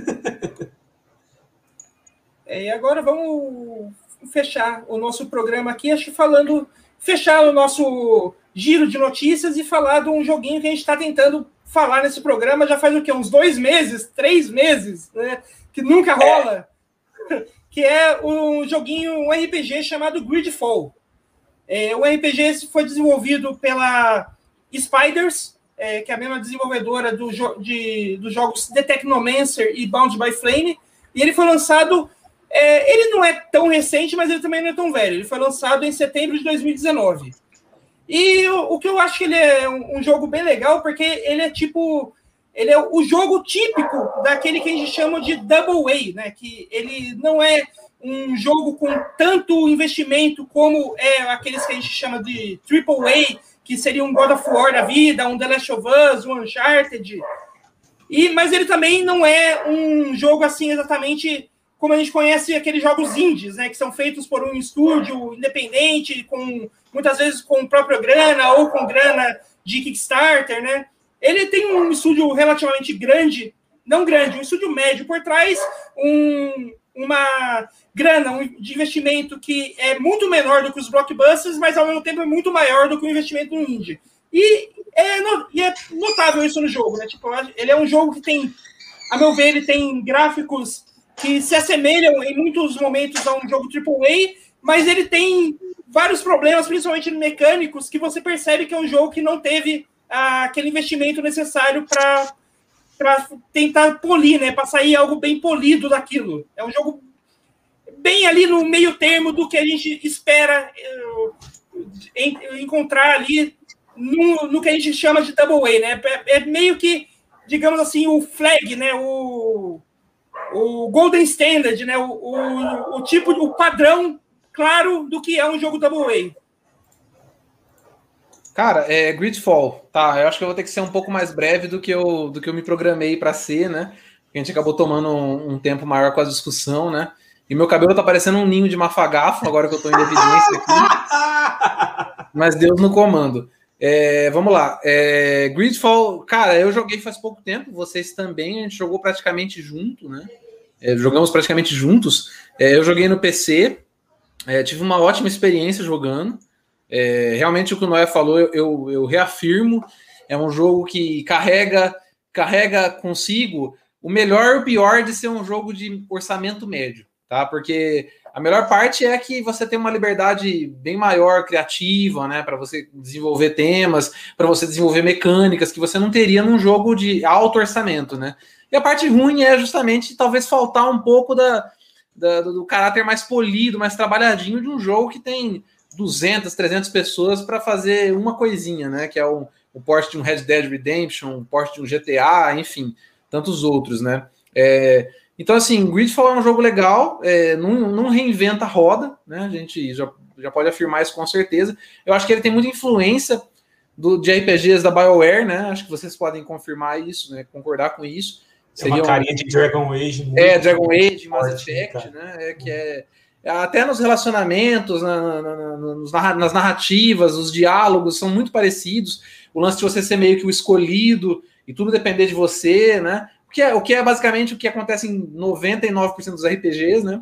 E agora vamos fechar o nosso programa aqui, acho que fechar o nosso giro de notícias e falar de um joguinho que a gente está tentando falar nesse programa já faz o quê? Uns 2 meses, 3 meses, né? Que nunca rola. Que é um joguinho, um RPG chamado Gridfall. O RPG foi desenvolvido pela Spiders, que é a mesma desenvolvedora dos jogos The Technomancer e Bound by Flame, e ele foi lançado... ele não é tão recente, mas ele também não é tão velho. Ele foi lançado em setembro de 2019. E o que eu acho que ele é um jogo bem legal, porque ele é o jogo típico daquele que a gente chama de Double A, né? Que ele não é um jogo com tanto investimento como aqueles que a gente chama de Triple A, que seria um God of War da vida, um The Last of Us, um Uncharted. Mas ele também não é um jogo assim exatamente como a gente conhece aqueles jogos indies, né, que são feitos por um estúdio independente, muitas vezes com própria grana ou com grana de Kickstarter, né? Ele tem um estúdio relativamente grande, não grande, um estúdio médio por trás, uma grana de investimento que é muito menor do que os blockbusters, mas ao mesmo tempo é muito maior do que o investimento no indie. E é notável isso no jogo, né? Tipo, ele é um jogo que tem, a meu ver, ele tem gráficos que se assemelham em muitos momentos a um jogo AAA, mas ele tem vários problemas, principalmente mecânicos, que você percebe que é um jogo que não teve aquele investimento necessário para tentar polir, né? Para sair algo bem polido daquilo. É um jogo bem ali no meio termo do que a gente espera encontrar ali no que a gente chama de Double A, né? É meio que, digamos assim, o flag, né? O Golden Standard, né? O padrão claro do que é um jogo Double A. Cara, Gridfall, tá? Eu acho que eu vou ter que ser um pouco mais breve do que eu me programei para ser, né? Porque a gente acabou tomando um tempo maior com a discussão, né? E meu cabelo tá parecendo um ninho de mafagafo agora que eu tô em evidência aqui. Mas Deus no comando. Vamos lá. Gridfall, cara, eu joguei faz pouco tempo, vocês também, a gente jogou praticamente junto, né? Jogamos praticamente juntos. Eu joguei no PC, tive uma ótima experiência jogando. Realmente o que o Noé falou, eu reafirmo, é um jogo que carrega consigo o melhor e o pior de ser um jogo de orçamento médio, tá? Porque a melhor parte é que você tem uma liberdade bem maior criativa, né, para você desenvolver temas, para você desenvolver mecânicas que você não teria num jogo de alto orçamento, né? E a parte ruim é justamente talvez faltar um pouco do caráter mais polido, mais trabalhadinho de um jogo que tem 200, 300 pessoas para fazer uma coisinha, né? Que é o porte de um Red Dead Redemption, o porte de um GTA, enfim, tantos outros, né? Então, assim, Gridfall é um jogo legal, não reinventa a roda, né? A gente já pode afirmar isso com certeza. Eu acho que ele tem muita influência de RPGs da BioWare, né? Acho que vocês podem confirmar isso, né? Concordar com isso. Seria uma carinha de Dragon Age. Dragon Age, Mass Effect, né? Que até nos relacionamentos, nas narrativas, os diálogos são muito parecidos. O lance de você ser meio que o escolhido e tudo depender de você, né? o que é basicamente o que acontece em 99% dos RPGs, né?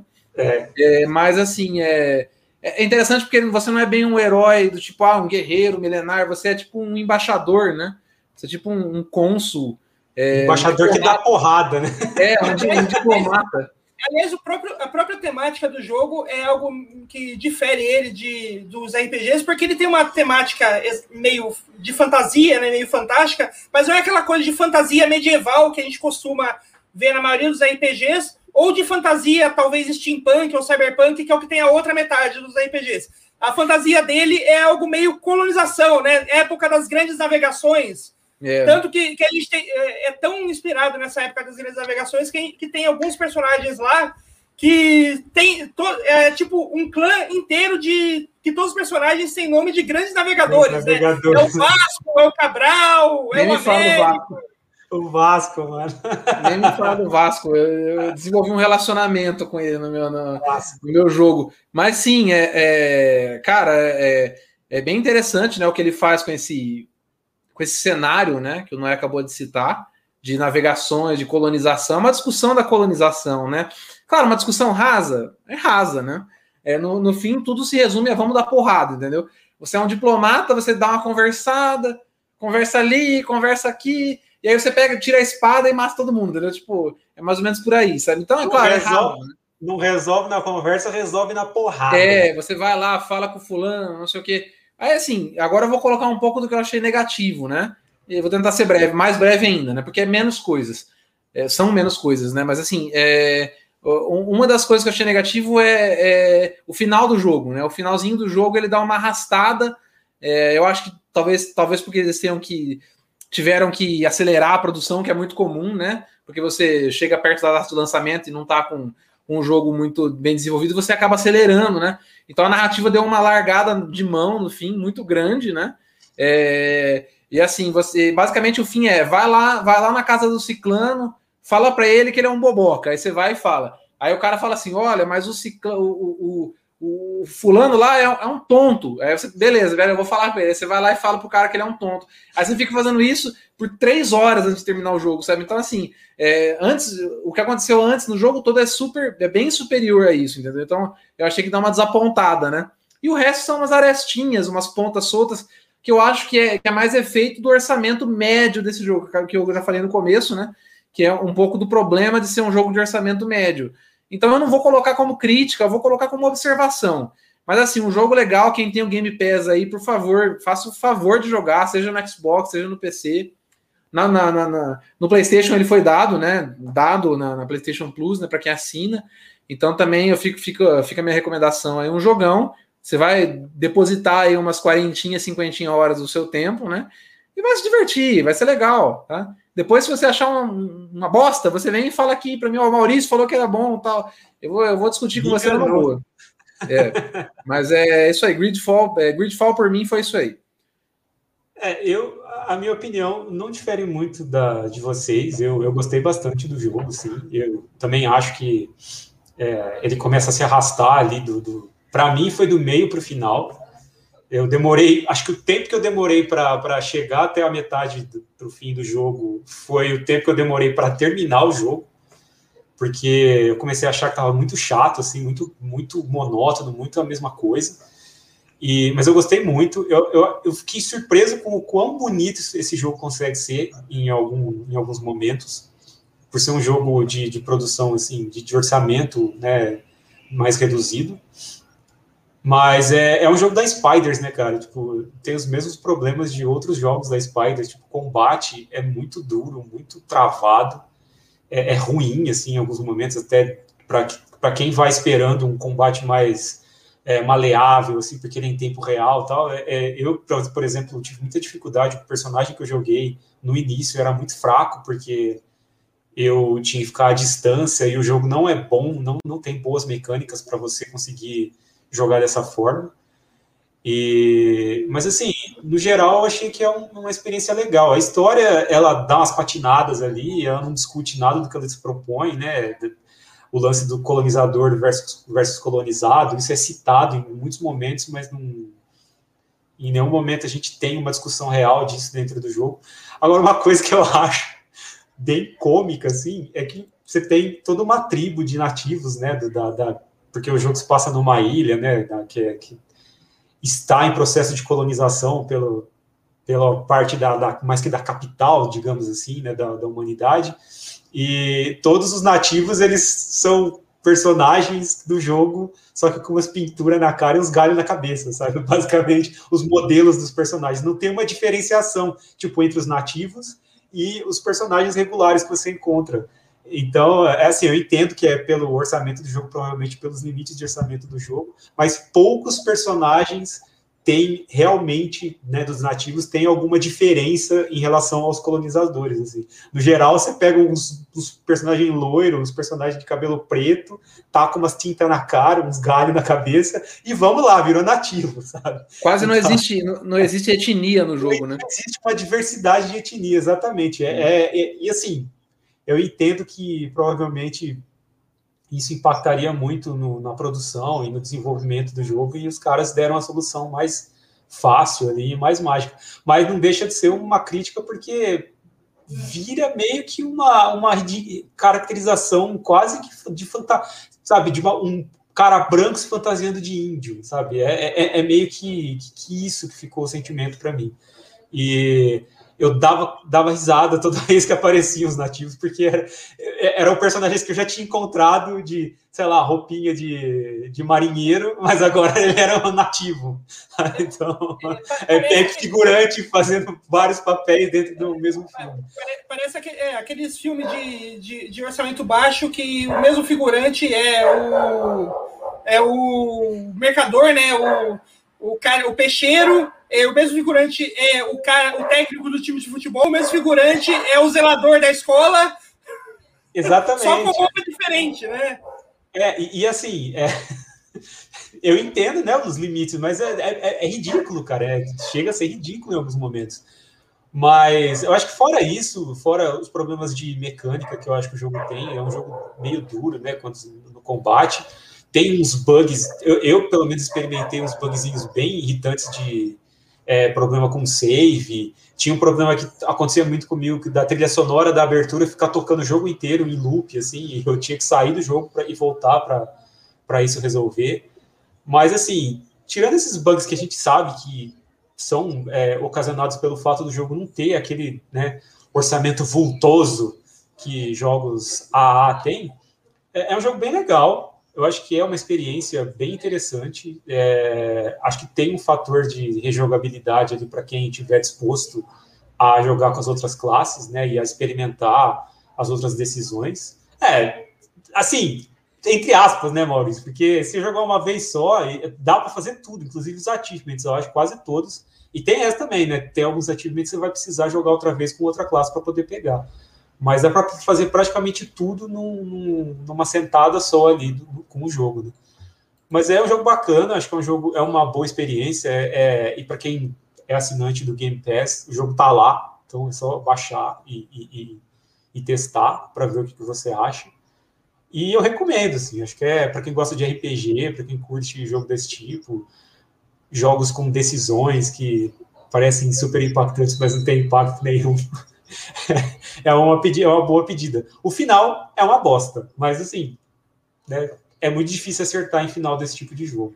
Mas assim, é interessante porque você não é bem um herói do tipo, um guerreiro milenar, você é tipo um embaixador, né? Você é tipo um cônsul. Embaixador que dá porrada, né? Um diplomata. Aliás, a própria temática do jogo é algo que difere ele dos RPGs, porque ele tem uma temática meio de fantasia, né, meio fantástica, mas não é aquela coisa de fantasia medieval que a gente costuma ver na maioria dos RPGs, ou de fantasia, talvez steampunk ou cyberpunk, que é o que tem a outra metade dos RPGs. A fantasia dele é algo meio colonização, né? Época das grandes navegações. Tanto que a gente é tão inspirado nessa época das grandes navegações que tem alguns personagens lá que tem tipo um clã inteiro que todos os personagens têm nome de grandes navegadores, né? É o Vasco, é o Cabral, é o Américo. O Vasco, mano. Nem me fala do Vasco. Eu desenvolvi um relacionamento com ele no meu jogo. Mas sim, cara, é bem interessante, né, o que ele faz com esse cenário, né, que o Noé acabou de citar, de navegações, de colonização, uma discussão da colonização, né? Claro, uma discussão rasa, né? No fim, tudo se resume a vamos dar porrada, entendeu? Você é um diplomata, você dá uma conversada, conversa ali, conversa aqui, e aí você tira a espada e mata todo mundo, entendeu? Tipo, é mais ou menos por aí, sabe? Então, não resolve na conversa, resolve na porrada. Você vai lá, fala com o fulano, não sei o quê. Aí, assim, agora eu vou colocar um pouco do que eu achei negativo, né? E vou tentar ser breve, mais breve ainda, né? Porque é menos coisas. São menos coisas, né? Mas, assim, uma das coisas que eu achei negativo é o final do jogo, né? O finalzinho do jogo, ele dá uma arrastada. Eu acho que talvez porque eles tiveram que acelerar a produção, que é muito comum, né? Porque você chega perto da data do lançamento e não tá com um jogo muito bem desenvolvido, você acaba acelerando, né? Então a narrativa deu uma largada de mão no fim, muito grande, né? E assim, basicamente o fim vai lá na casa do ciclano, fala para ele que ele é um boboca, aí você vai e fala. Aí o cara fala assim, olha, mas o fulano lá é um tonto. Aí você, beleza, velho, eu vou falar pra ele. Aí você vai lá e fala pro cara que ele é um tonto. Aí você fica fazendo isso por 3 horas antes de terminar o jogo, sabe? Então, assim, o que aconteceu antes no jogo todo é bem superior a isso, entendeu? Então, eu achei que dá uma desapontada, né? E o resto são umas arestinhas, umas pontas soltas, que eu acho que é mais efeito do orçamento médio desse jogo, que eu já falei no começo, né? Que é um pouco do problema de ser um jogo de orçamento médio. Então eu não vou colocar como crítica, eu vou colocar como observação. Mas assim, um jogo legal, quem tem o Game Pass aí, por favor, faça o favor de jogar, seja no Xbox, seja no PC. No PlayStation ele foi dado, né? Dado na PlayStation Plus, né? Para quem assina. Então também fica a minha recomendação aí, um jogão. Você vai depositar aí umas 40, 50 horas do seu tempo, né? E vai se divertir, vai ser legal, tá? Depois, se você achar uma bosta, você vem e fala aqui para mim, o Maurício falou que era bom, tal. Eu vou discutir com você numa boa. Mas é isso aí, Gridfall por mim foi isso aí. A minha opinião não difere muito de vocês. Eu gostei bastante do jogo, sim. Eu também acho que ele começa a se arrastar ali para mim foi do meio para o final. Eu demorei, acho que o tempo que eu demorei para chegar até a metade do fim do jogo foi o tempo que eu demorei para terminar o jogo, porque eu comecei a achar que estava muito chato, assim, muito, muito monótono, muito a mesma coisa. Mas eu gostei muito. Eu fiquei surpreso com o quão bonito esse jogo consegue ser em alguns momentos, por ser um jogo de produção, assim, de orçamento, né, mais reduzido. Mas é um jogo da Spiders, né, cara? Tipo, tem os mesmos problemas de outros jogos da Spiders. Tipo, o combate é muito duro, muito travado. É ruim, assim, em alguns momentos, até para quem vai esperando um combate mais maleável, assim, porque ele é em tempo real e tal. Eu, por exemplo, tive muita dificuldade com o personagem que eu joguei no início, era muito fraco, porque eu tinha que ficar à distância e o jogo não é bom, não tem boas mecânicas para você conseguir jogar dessa forma. Mas assim, no geral eu achei que é uma experiência legal. A história, ela dá umas patinadas ali, ela não discute nada do que ela se propõe, né? O lance do colonizador versus colonizado, isso é citado em muitos momentos, mas em nenhum momento a gente tem uma discussão real disso dentro do jogo. Agora, uma coisa que eu acho bem cômica, assim, é que você tem toda uma tribo de nativos, né, porque o jogo se passa numa ilha, né, que está em processo de colonização pela parte mais que da capital, digamos assim, né, da humanidade, e todos os nativos, eles são personagens do jogo, só que com umas pinturas na cara e uns galhos na cabeça, sabe? Basicamente, os modelos dos personagens. Não tem uma diferenciação, tipo, entre os nativos e os personagens regulares que você encontra. Então, é assim, eu entendo que é pelo orçamento do jogo, provavelmente pelos limites de orçamento do jogo, mas poucos personagens tem realmente, né, dos nativos, tem alguma diferença em relação aos colonizadores, assim. No geral, você pega uns personagens loiros, uns personagens de cabelo preto, tá com umas tintas na cara, uns galhos na cabeça, e vamos lá, virou nativo, sabe? Quase não existe etnia no jogo, né? Existe uma diversidade de etnia, exatamente. E assim, eu entendo que provavelmente isso impactaria muito na produção e no desenvolvimento do jogo, e os caras deram a solução mais fácil ali, mais mágica. Mas não deixa de ser uma crítica, porque vira meio que uma caracterização quase que de fantasia, sabe, de um cara branco se fantasiando de índio, sabe? É meio que isso que ficou o sentimento para mim. E eu dava risada toda vez que apareciam os nativos, porque eram personagens que eu já tinha encontrado de, sei lá, roupinha de marinheiro, mas agora ele era um nativo. Então, é figurante fazendo vários papéis dentro do mesmo filme. Parece aqueles filmes de orçamento baixo que o mesmo figurante é o mercador, né? O peixeiro, o mesmo figurante é o técnico do time de futebol, o mesmo figurante é o zelador da escola. Exatamente. Só com roupa diferente, né? Assim, eu entendo, né, os limites, mas é ridículo, cara. Chega a ser ridículo em alguns momentos. Mas eu acho que fora isso, fora os problemas de mecânica que eu acho que o jogo tem, é um jogo meio duro, né, no combate. Tem uns bugs, eu pelo menos experimentei uns bugzinhos bem irritantes de problema com save. Tinha um problema que acontecia muito comigo, que da trilha sonora da abertura ficar tocando o jogo inteiro em loop, assim, e eu tinha que sair do jogo e voltar para isso resolver. Mas, assim, tirando esses bugs que a gente sabe que são ocasionados pelo fato do jogo não ter aquele, né, orçamento vultoso que jogos AAA têm, é um jogo bem legal. Eu acho que é uma experiência bem interessante. Acho que tem um fator de rejogabilidade ali para quem estiver disposto a jogar com as outras classes, né, e a experimentar as outras decisões. Assim, entre aspas, né, Maurício? Porque se jogar uma vez só, dá para fazer tudo, inclusive os achievements, eu acho, quase todos. E tem essa também, né? Tem alguns achievements que você vai precisar jogar outra vez com outra classe para poder pegar. Mas dá para fazer praticamente tudo numa sentada só ali com o jogo, né? Mas é um jogo bacana, acho que é uma boa experiência, e para quem é assinante do Game Pass, o jogo tá lá, então é só baixar e testar para ver o que você acha. E eu recomendo, assim, acho que para quem gosta de RPG, para quem curte jogo desse tipo, jogos com decisões que parecem super impactantes, mas não tem impacto nenhum. É uma boa pedida. O final é uma bosta, mas assim, né, é muito difícil acertar em final desse tipo de jogo.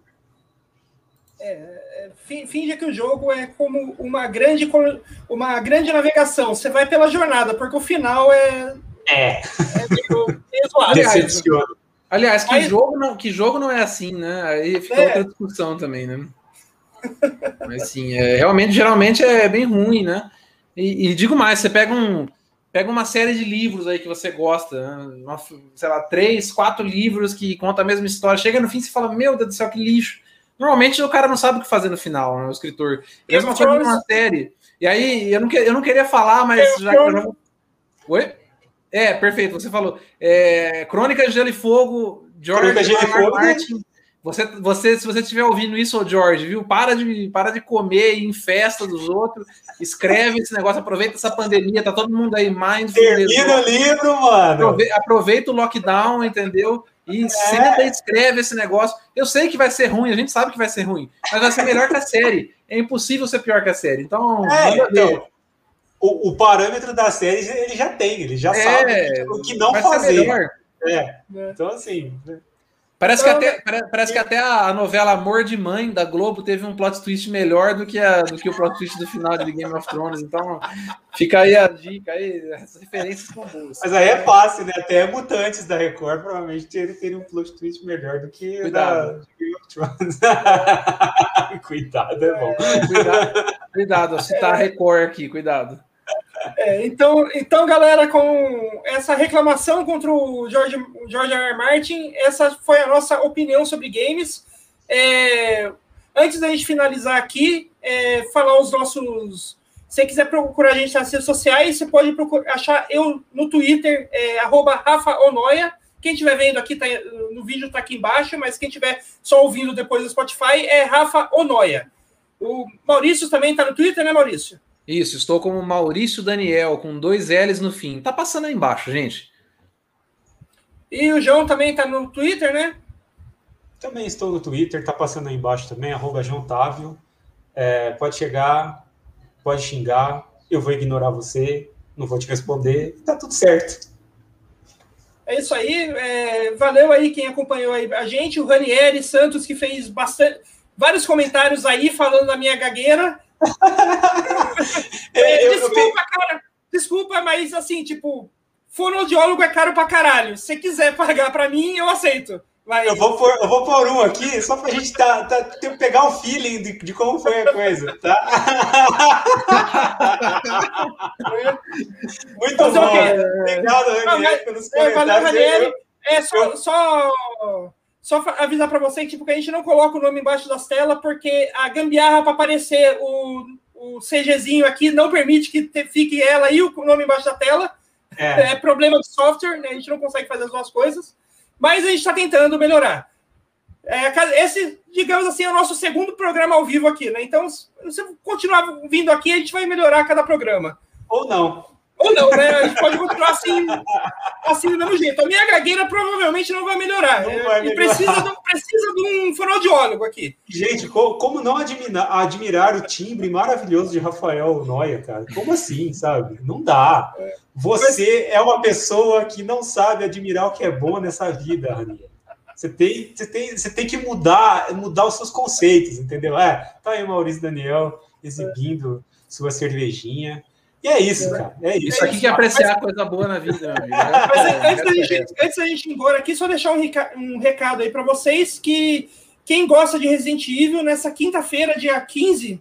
Finge que o jogo é como uma grande navegação. Você vai pela jornada, porque o final é meio zoado. Aliás, que jogo não é assim, né? Aí fica outra discussão também, né? Mas sim, geralmente é bem ruim, né? E digo mais, você pega uma série de livros aí que você gosta, né? Sei lá, 3, 4 livros que contam a mesma história, chega no fim e você fala, meu Deus do céu, que lixo. Normalmente o cara não sabe o que fazer no final, né, o escritor. Mesma coisa numa série. E aí, eu não queria falar, mas já... Oi? Perfeito, você falou. Crônicas de Gelo e Fogo, George Martin. Você, se você estiver ouvindo isso, ô George, viu? Para de comer em festa dos outros, escreve esse negócio, aproveita essa pandemia, tá todo mundo aí mindful. Termina o livro, mano. Aproveita o lockdown, entendeu? E senta e escreve esse negócio. Eu sei que vai ser ruim, a gente sabe que vai ser ruim, mas vai ser melhor que a série. É impossível ser pior que a série. Então, o parâmetro da série ele já tem, ele já sabe o que não fazer. Então, assim... Parece que até a novela Amor de Mãe da Globo teve um plot twist melhor do que o plot twist do final de Game of Thrones. Então, fica aí a dica, aí, essas referências são boas. Mas aí é fácil, né? Até Mutantes da Record provavelmente teria um plot twist melhor do que da Game of Thrones. Cuidado, é bom. Cuidado, citar a Record aqui, cuidado. Então, galera, com essa reclamação contra o George R. R. Martin, essa foi a nossa opinião sobre games. Antes da gente finalizar aqui, falar os nossos... Se você quiser procurar a gente nas redes sociais, você pode achar eu no Twitter, @RafaOnoia. Quem estiver vendo aqui no vídeo está aqui embaixo, mas quem estiver só ouvindo depois do Spotify é Rafa Onoia. O Maurício também está no Twitter, né, Maurício? Isso, estou como Maurício Daniel, com 2 L's no fim. Tá passando aí embaixo, gente. E o João também tá no Twitter, né? Também estou no Twitter, tá passando aí embaixo também, @JoãoTávio. Pode chegar, pode xingar, eu vou ignorar você, não vou te responder, tá tudo certo. É isso aí, valeu aí quem acompanhou aí a gente, o Ranieri Santos, que fez vários comentários aí falando da minha gagueira. Desculpa, cara. Desculpa, mas assim, tipo, fonoaudiólogo é caro pra caralho. Se você quiser pagar pra mim, eu aceito. Mas... Eu vou pôr um aqui, só pra gente pegar o feeling de como foi a coisa, tá? Muito bom. Obrigado, Ranieri, pelos comentários. Valeu, Ranieri. Só avisar para você que a gente não coloca o nome embaixo das telas, porque a gambiarra para aparecer o CGzinho aqui não permite que fique ela e o nome embaixo da tela. É problema de software, né? A gente não consegue fazer as duas coisas, mas a gente está tentando melhorar. Esse, digamos assim, é o nosso segundo programa ao vivo aqui, né? Então, se você continuar vindo aqui, a gente vai melhorar cada programa. Ou não. Ou não, né? A gente pode continuar assim do mesmo jeito. A minha gagueira provavelmente não vai melhorar. E precisa de um fonoaudiólogo aqui. Gente, como não admirar o timbre maravilhoso de Rafael Noia, cara? Como assim, sabe? Não dá. Você é uma pessoa que não sabe admirar o que é bom nessa vida, Rani. Você tem que mudar os seus conceitos, entendeu? Tá aí o Maurício Daniel exibindo sua cervejinha. E é isso, cara. Isso aqui que é apreciar coisa boa na vida, meu amigo. Mas antes da gente ir embora aqui, só deixar um recado aí para vocês, que quem gosta de Resident Evil, nessa quinta-feira, dia 15,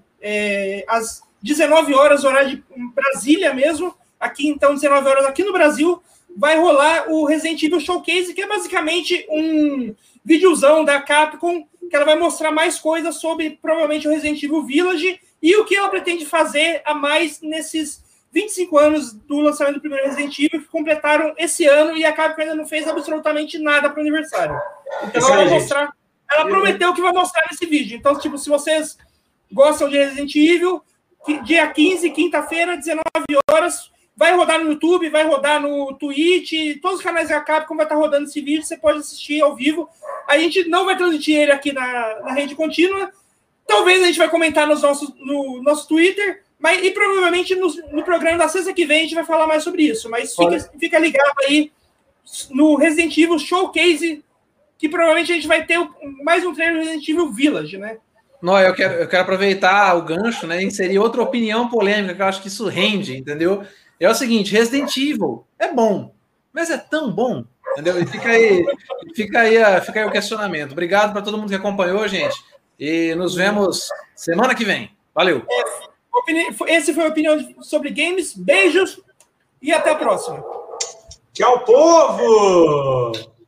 às 19 horas, horário de Brasília mesmo, aqui então, 19 horas aqui no Brasil, vai rolar o Resident Evil Showcase, que é basicamente um videozão da Capcom, que ela vai mostrar mais coisas sobre, provavelmente, o Resident Evil Village e o que ela pretende fazer a mais nesses 25 anos do lançamento do primeiro Resident Evil, que completaram esse ano, e a Capcom ainda não fez absolutamente nada para o aniversário. Então ela prometeu que vai mostrar nesse vídeo. Então, tipo, se vocês gostam de Resident Evil, dia 15, quinta-feira, 19 horas, vai rodar no YouTube, vai rodar no Twitch, todos os canais da Capcom vai estar rodando esse vídeo, você pode assistir ao vivo. A gente não vai transmitir ele aqui na rede contínua, talvez a gente vai comentar no nosso Twitter, e provavelmente no programa da sexta que vem a gente vai falar mais sobre isso. Mas fica ligado aí no Resident Evil Showcase, que provavelmente a gente vai ter mais um trailer do Resident Evil Village, né? Não, eu quero aproveitar o gancho, né, e inserir outra opinião polêmica, que eu acho que isso rende, entendeu? É o seguinte, Resident Evil é bom, mas é tão bom, entendeu? E fica aí o questionamento. Obrigado para todo mundo que acompanhou, gente. E nos vemos semana que vem. Valeu! Esse foi a opinião sobre games. Beijos e até a próxima. Tchau, povo!